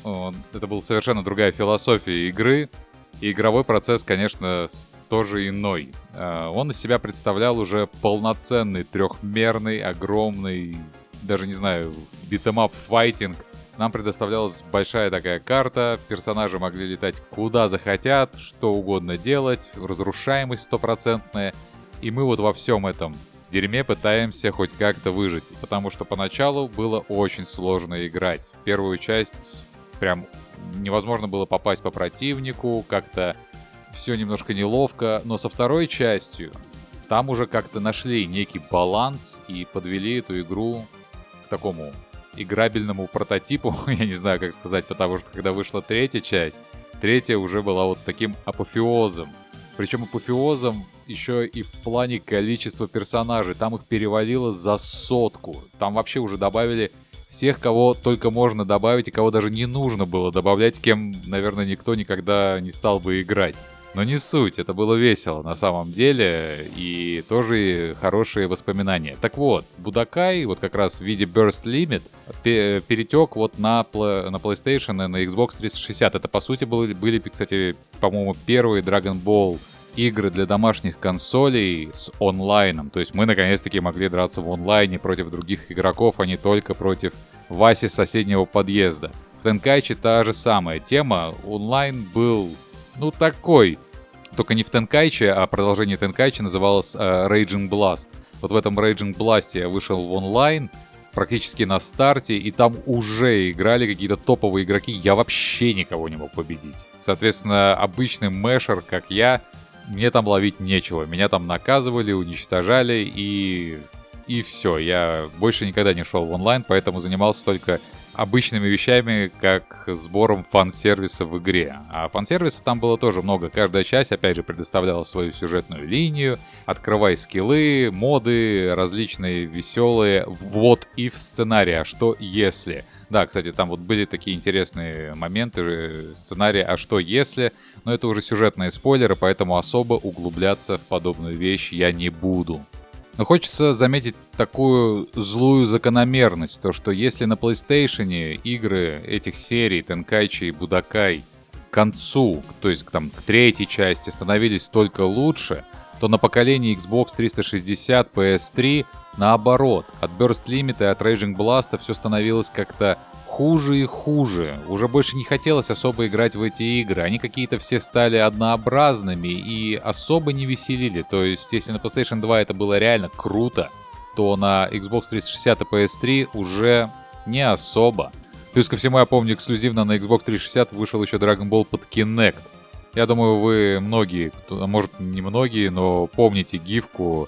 Он, это была совершенно другая философия игры. И игровой процесс, конечно, тоже иной. Он из себя представлял уже полноценный, трехмерный, огромный, даже не знаю, битэмап файтинг. Нам предоставлялась большая такая карта, персонажи могли летать куда захотят, что угодно делать, разрушаемость стопроцентная. И мы вот во всем этом дерьме пытаемся хоть как-то выжить, потому что поначалу было очень сложно играть. В первую часть прям невозможно было попасть по противнику, как-то все немножко неловко, но со второй частью там уже как-то нашли некий баланс и подвели эту игру к такому играбельному прототипу, я не знаю, как сказать, потому что когда вышла третья часть, третья уже была вот таким апофеозом. Причем апофеозом еще и в плане количества персонажей. Там их перевалило за сотку. Там вообще уже добавили всех, кого только можно добавить, и кого даже не нужно было добавлять, кем, наверное, никто никогда не стал бы играть. Но не суть, это было весело на самом деле, и тоже хорошие воспоминания. Так вот, Будокай, вот как раз в виде Burst Limit, перетек вот на, на PlayStation и на Xbox триста шестьдесят. Это, по сути, были, были, кстати, по-моему, первые Dragon Ball игры для домашних консолей с онлайном. То есть мы наконец-таки могли драться в онлайне против других игроков, а не только против Васи с соседнего подъезда. В Тенкайчи та же самая тема. Онлайн был, ну, такой. Только не в Тенкайчи, а продолжение Тенкайчи называлось uh, Raging Blast. Вот в этом Raging Blast я вышел в онлайн практически на старте, и там уже играли какие-то топовые игроки. Я вообще никого не мог победить. Соответственно, обычный мэшер, как я, мне там ловить нечего. Меня там наказывали, уничтожали, и, и все. Я больше никогда не шел в онлайн, поэтому занимался только обычными вещами, как сбором фан-сервиса в игре. А фан-сервиса там было тоже много. Каждая часть, опять же, предоставляла свою сюжетную линию. Открывай скиллы, моды, различные веселые вот-if сценарии. А что если... Да, кстати, там вот были такие интересные моменты, сценарии «А что если?», но это уже сюжетные спойлеры, поэтому особо углубляться в подобную вещь я не буду. Но хочется заметить такую злую закономерность, то что если на PlayStation игры этих серий Тенкайчи и Будокай к концу, то есть там, к третьей части становились только лучше, то на поколении Xbox триста шестьдесят, пи эс три наоборот. От Burst Limit и от Raging Blast все становилось как-то хуже и хуже. Уже больше не хотелось особо играть в эти игры. Они какие-то все стали однообразными и особо не веселили. То есть, если на PlayStation два это было реально круто, то на Xbox триста шестьдесят и пи эс три уже не особо. Плюс ко всему, я помню, эксклюзивно на Xbox триста шестьдесят вышел еще Dragon Ball под Kinect. Я думаю, вы многие, кто, может не многие, но помните гифку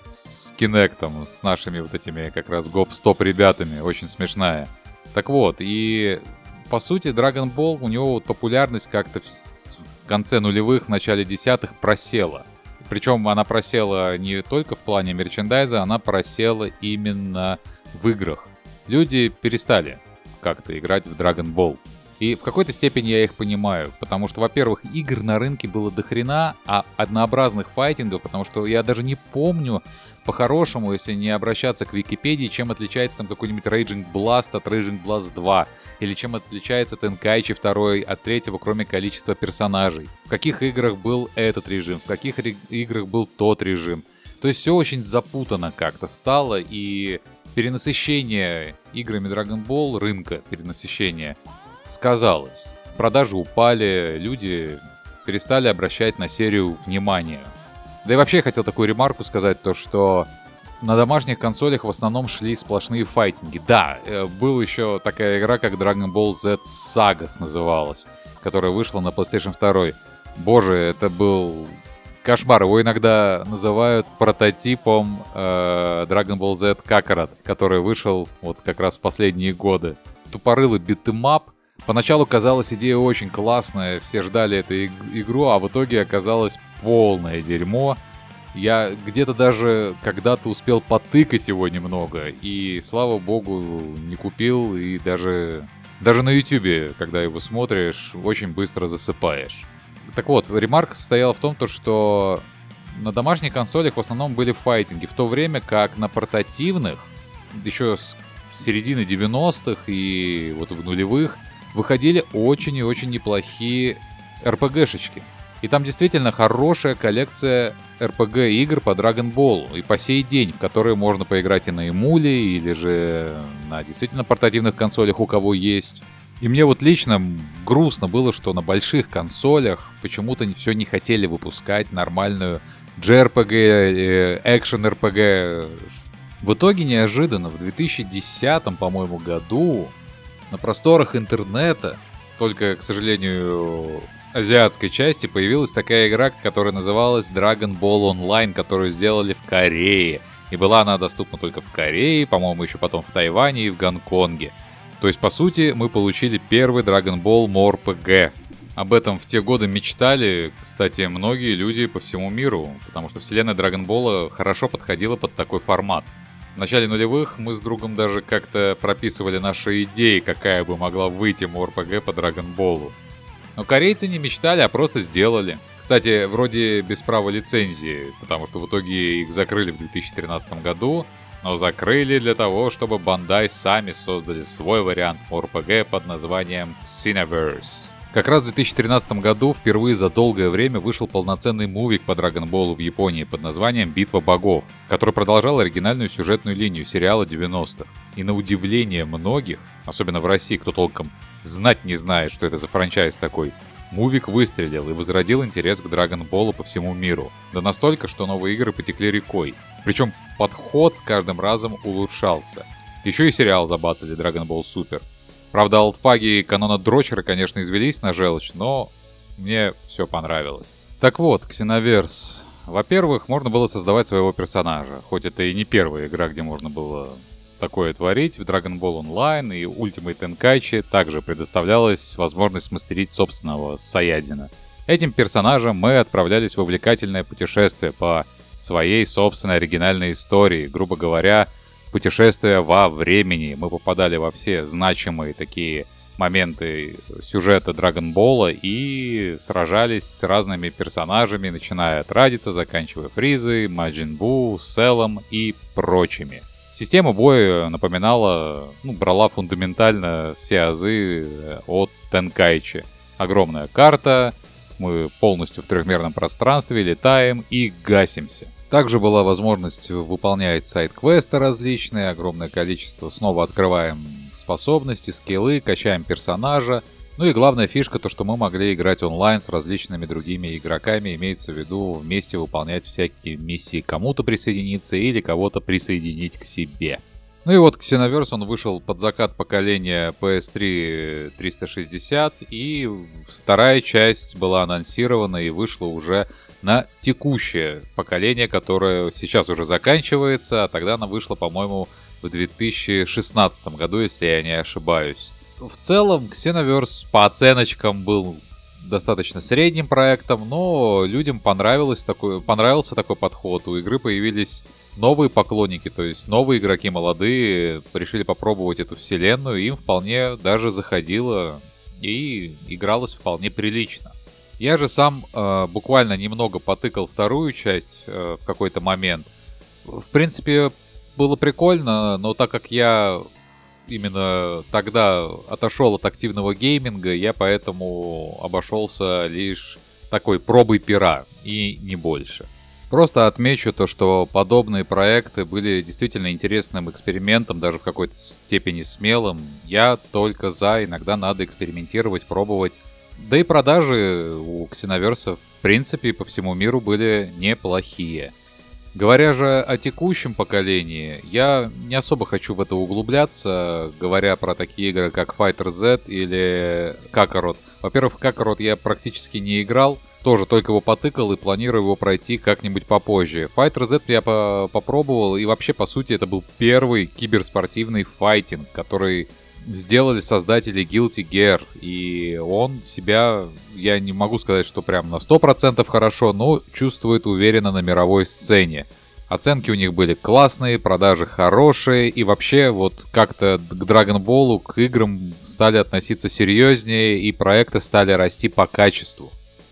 с Kinect'ом, с нашими вот этими как раз гоп-стоп ребятами, очень смешная. Так вот, и по сути Dragon Ball, у него вот популярность как-то в, в конце нулевых, в начале десятых просела. Причем она просела не только в плане мерчендайза, она просела именно в играх. Люди перестали как-то играть в Dragon Ball. И в какой-то степени я их понимаю, потому что, во-первых, игр на рынке было дохрена, а однообразных файтингов, потому что я даже не помню, по-хорошему, если не обращаться к Википедии, чем отличается там какой-нибудь Raging Blast от Raging Blast два, или чем отличается Тенкайчи два от третьего, кроме количества персонажей. В каких играх был этот режим, в каких ре- играх был тот режим. То есть все очень запутано как-то стало, и перенасыщение играми Dragon Ball, рынка перенасыщения, сказалось. Продажи упали, люди перестали обращать на серию внимание. Да и вообще я хотел такую ремарку сказать, то что на домашних консолях в основном шли сплошные файтинги. Да, была еще такая игра, как Dragon Ball Z Sagas называлась, которая вышла на PlayStation два. Боже, это был кошмар. Его иногда называют прототипом э, Dragon Ball Z Kakarot, который вышел вот как раз в последние годы. Тупорылый битэмап. Поначалу казалась идея очень классная, все ждали эту игру, а в итоге оказалось полное дерьмо. Я где-то даже когда-то успел потыкать его немного, и, слава богу, не купил, и даже, даже на ютубе, когда его смотришь, очень быстро засыпаешь. Так вот, ремарка состояла в том, что на домашних консолях в основном были файтинги, в то время как на портативных, еще с середины девяностых и вот в нулевых, выходили очень и очень неплохие эр пи джи-шечки. И там действительно хорошая коллекция эр пи джи-игр по Dragon Ball. И по сей день, в которые можно поиграть и на эмуле, или же на действительно портативных консолях, у кого есть. И мне вот лично грустно было, что на больших консолях почему-то все не хотели выпускать нормальную джей ар пи джи, экшен эр пи джи. В итоге неожиданно в две тысячи десятом, по-моему, году на просторах интернета, только, к сожалению, азиатской части, появилась такая игра, которая называлась Dragon Ball Online, которую сделали в Корее. И была она доступна только в Корее, по-моему, еще потом в Тайване и в Гонконге. То есть, по сути, мы получили первый Dragon Ball MoRPG. Об этом в те годы мечтали, кстати, многие люди по всему миру, потому что вселенная Dragon Ball хорошо подходила под такой формат. В начале нулевых мы с другом даже как-то прописывали наши идеи, какая бы могла выйти MoRPG по Dragon Ball. Но корейцы не мечтали, а просто сделали. Кстати, вроде без права лицензии, потому что в итоге их закрыли в две тысячи тринадцатом году, но закрыли для того, чтобы Bandai сами создали свой вариант MoRPG под названием Cineverse. Как раз в две тысячи тринадцатом году впервые за долгое время вышел полноценный мувик по Dragon Ball в Японии под названием «Битва богов», который продолжал оригинальную сюжетную линию сериала девяностых. И на удивление многих, особенно в России, кто толком знать не знает, что это за франчайз такой, мувик выстрелил и возродил интерес к Dragon Ball по всему миру. Да настолько, что новые игры потекли рекой. Причем подход с каждым разом улучшался. Еще и сериал забацали Dragon Ball Super. Правда, олдфаги и канона дрочера, конечно, извелись на желчь, но мне все понравилось. Так вот, Xenoverse. Во-первых, можно было создавать своего персонажа. Хоть это и не первая игра, где можно было такое творить. В Dragon Ball Online и Ultimate Tenkaichi также предоставлялась возможность смастерить собственного Саядзина. Этим персонажем мы отправлялись в увлекательное путешествие по своей собственной оригинальной истории, грубо говоря, путешествие во времени. Мы попадали во все значимые такие моменты сюжета Dragon Ball и сражались с разными персонажами, начиная от Радица, заканчивая Фризой, Маджин Бу, Селом и прочими. Система боя напоминала, ну, брала фундаментально все азы от Тенкайчи. Огромная карта, мы полностью в трехмерном пространстве летаем и гасимся. Также была возможность выполнять сайд-квесты различные, огромное количество. Снова открываем способности, скиллы, качаем персонажа. Ну и главная фишка, то что мы могли играть онлайн с различными другими игроками, имеется в виду вместе выполнять всякие миссии, кому-то присоединиться или кого-то присоединить к себе. Ну и вот Xenoverse, он вышел под закат поколения пи эс три триста шестьдесят, и вторая часть была анонсирована и вышла уже на текущее поколение, которое сейчас уже заканчивается, а тогда она вышла, по-моему, в две тысячи шестнадцатом году, если я не ошибаюсь. В целом, Xenoverse по оценочкам был достаточно средним проектом, но людям понравилось такой, понравился такой подход. У игры появились новые поклонники, то есть новые игроки молодые решили попробовать эту вселенную, и им вполне даже заходило и игралось вполне прилично. Я же сам э, буквально немного потыкал вторую часть э, в какой-то момент. В принципе, было прикольно, но так как я именно тогда отошел от активного гейминга, я поэтому обошелся лишь такой пробой пера и не больше. Просто отмечу то, что подобные проекты были действительно интересным экспериментом, даже в какой-то степени смелым. Я только за, иногда надо экспериментировать, пробовать. Да и продажи у Xenoverse в принципе по всему миру были неплохие. Говоря же о текущем поколении, я не особо хочу в это углубляться, говоря про такие игры, как Fighter Z или Kakarot. Во-первых, в Kakarot я практически не играл, тоже только его потыкал и планирую его пройти как-нибудь попозже. Fighter Z я по- попробовал, и вообще, по сути, это был первый киберспортивный файтинг, который сделали создатели Guilty Gear, и он себя, я не могу сказать, что прям на сто процентов хорошо, но чувствует уверенно на мировой сцене. Оценки у них были классные, продажи хорошие, и вообще вот как-то к Dragon Ball, к играм стали относиться серьезнее, и проекты стали расти по качеству.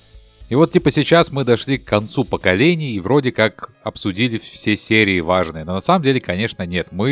И вот типа сейчас мы дошли к концу поколений и вроде как обсудили все серии важные. Но на самом деле, конечно, нет. Мы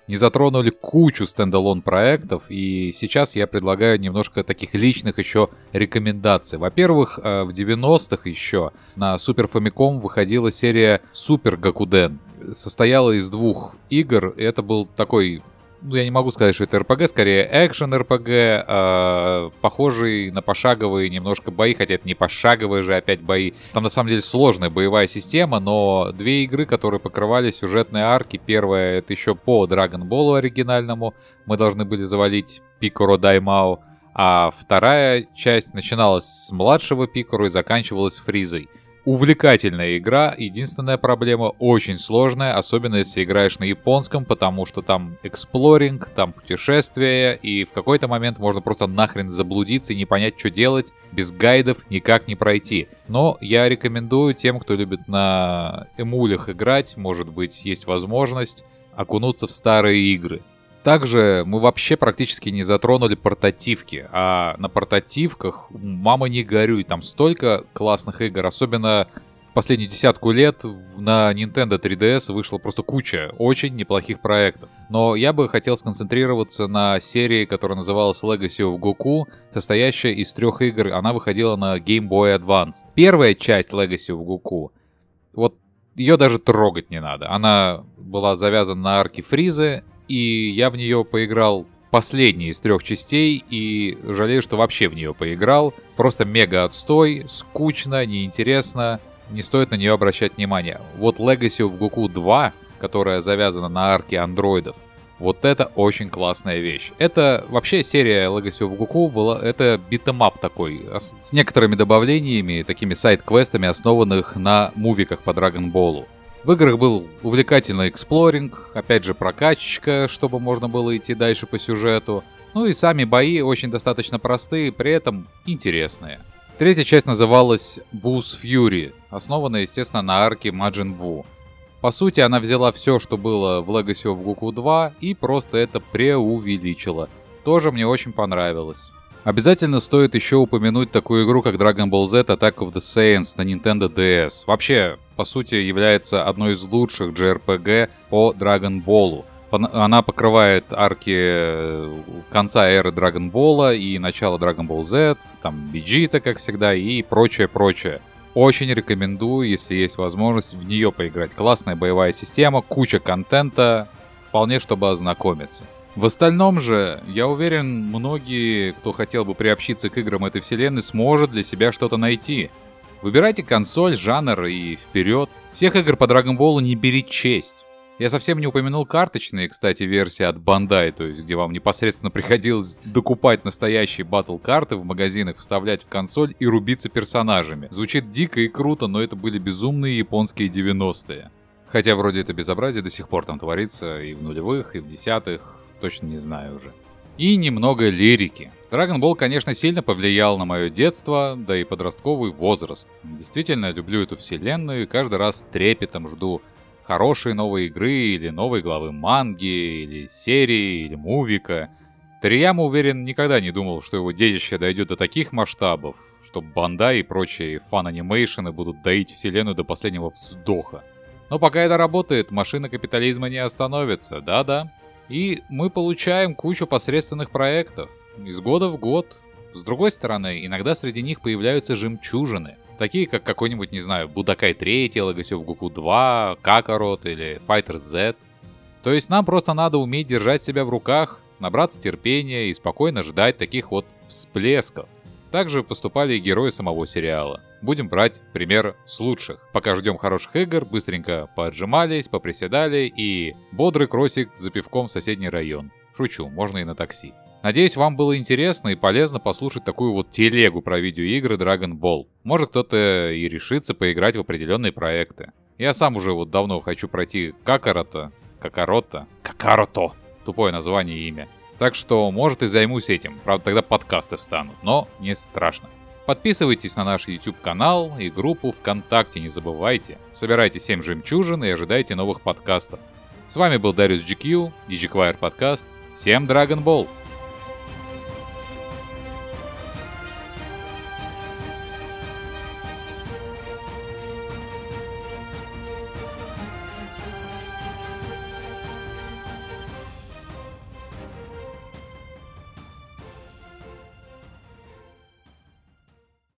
не затронули кучу стендалон проектов, и сейчас я предлагаю немножко таких личных еще рекомендаций. Во-первых, в девяностых еще на Super Famicom выходила серия Super Gakuden. Состояла из двух игр, и это был такой... Ну, я не могу сказать, что это эр пи джи, скорее экшен-эр пи джи, э, похожий на пошаговые немножко бои, хотя это не пошаговые же опять бои. Там на самом деле сложная боевая система, но две игры, которые покрывали сюжетные арки. Первая — это еще по Dragon Ball оригинальному, мы должны были завалить Пикоро Даймао, а вторая часть начиналась с младшего Пикоро и заканчивалась Фризой. Увлекательная игра, единственная проблема — очень сложная, особенно если играешь на японском, потому что там эксплоринг, там путешествия, и в какой-то момент можно просто нахрен заблудиться и не понять, что делать, без гайдов никак не пройти. Но я рекомендую тем, кто любит на эмулях играть, может быть, есть возможность окунуться в старые игры. Также мы вообще практически не затронули портативки, а на портативках, мама не горюй, там столько классных игр, особенно в последнюю десятку лет на Nintendo три ди эс вышла просто куча очень неплохих проектов. Но я бы хотел сконцентрироваться на серии, которая называлась Legacy of Goku, состоящая из трех игр, она выходила на Game Boy Advance. Первая часть Legacy of Goku, вот ее даже трогать не надо, она была завязана на арке Фризы, и я в нее поиграл последней из трех частей, и жалею, что вообще в нее поиграл. Просто мега отстой, скучно, неинтересно, не стоит на нее обращать внимание. Вот Legacy of Goku два, которая завязана на арке андроидов, вот это очень классная вещь. Это вообще серия Legacy of Goku была, это битэмап такой, с некоторыми добавлениями, такими сайд-квестами, основанных на мувиках по Dragon Ball. В играх был увлекательный эксплоринг, опять же прокачечка, чтобы можно было идти дальше по сюжету. Ну и сами бои очень достаточно простые, при этом интересные. Третья часть называлась Boo's Fury, основанная, естественно, на арке Majin Buu. По сути, она взяла все, что было в Legacy of Goku два, и просто это преувеличила. Тоже мне очень понравилось. Обязательно стоит еще упомянуть такую игру, как Dragon Ball Z Attack of the Saiyans на Nintendo ди эс. Вообще, по сути, является одной из лучших джей ар пи джи по Dragon Ball. Она покрывает арки конца эры Dragon Ball и начала Dragon Ball Z, там Vegeta, как всегда, и прочее-прочее. Очень рекомендую, если есть возможность, в нее поиграть. Классная боевая система, куча контента, вполне чтобы ознакомиться. В остальном же, я уверен, многие, кто хотел бы приобщиться к играм этой вселенной, сможет для себя что-то найти. Выбирайте консоль, жанр и вперед. Всех игр по Dragon Ball не перечесть. Я совсем не упомянул карточные, кстати, версии от Bandai, то есть где вам непосредственно приходилось докупать настоящие батл-карты в магазинах, вставлять в консоль и рубиться персонажами. Звучит дико и круто, но это были безумные японские девяностые. Хотя вроде это безобразие до сих пор там творится и в нулевых, и в десятых. Точно не знаю уже. И немного лирики. Dragon Ball, конечно, сильно повлиял на мое детство, да и подростковый возраст. Действительно люблю эту вселенную и каждый раз с трепетом жду хорошей новой игры или новой главы манги, или серии, или мувика. Торияма, уверен, никогда не думал, что его детище дойдет до таких масштабов, что Bandai и прочие фан-анимейшены будут доить вселенную до последнего вздоха. Но пока это работает, машина капитализма не остановится, да-да. И мы получаем кучу посредственных проектов из года в год. С другой стороны, иногда среди них появляются жемчужины, такие как какой-нибудь, не знаю, Budokai три, Legacy of Goku два, Kakarot или Fighter Z. То есть нам просто надо уметь держать себя в руках, набраться терпения и спокойно ждать таких вот всплесков. Также поступали и герои самого сериала. Будем брать пример с лучших. Пока ждем хороших игр, быстренько поотжимались, поприседали и бодрый кросик за пивком в соседний район. Шучу, можно и на такси. Надеюсь, вам было интересно и полезно послушать такую вот телегу про видеоигры Dragon Ball. Может, кто-то и решится поиграть в определенные проекты. Я сам уже вот давно хочу пройти Какарота, Какарота, Какарото, тупое название и имя. Так что, может, и займусь этим. Правда, тогда подкасты встанут, но не страшно. Подписывайтесь на наш YouTube-канал и группу ВКонтакте, не забывайте. Собирайте семь жемчужин и ожидайте новых подкастов. С вами был Дариус джи кью, DigiQuire подкаст. Всем Dragon Ball!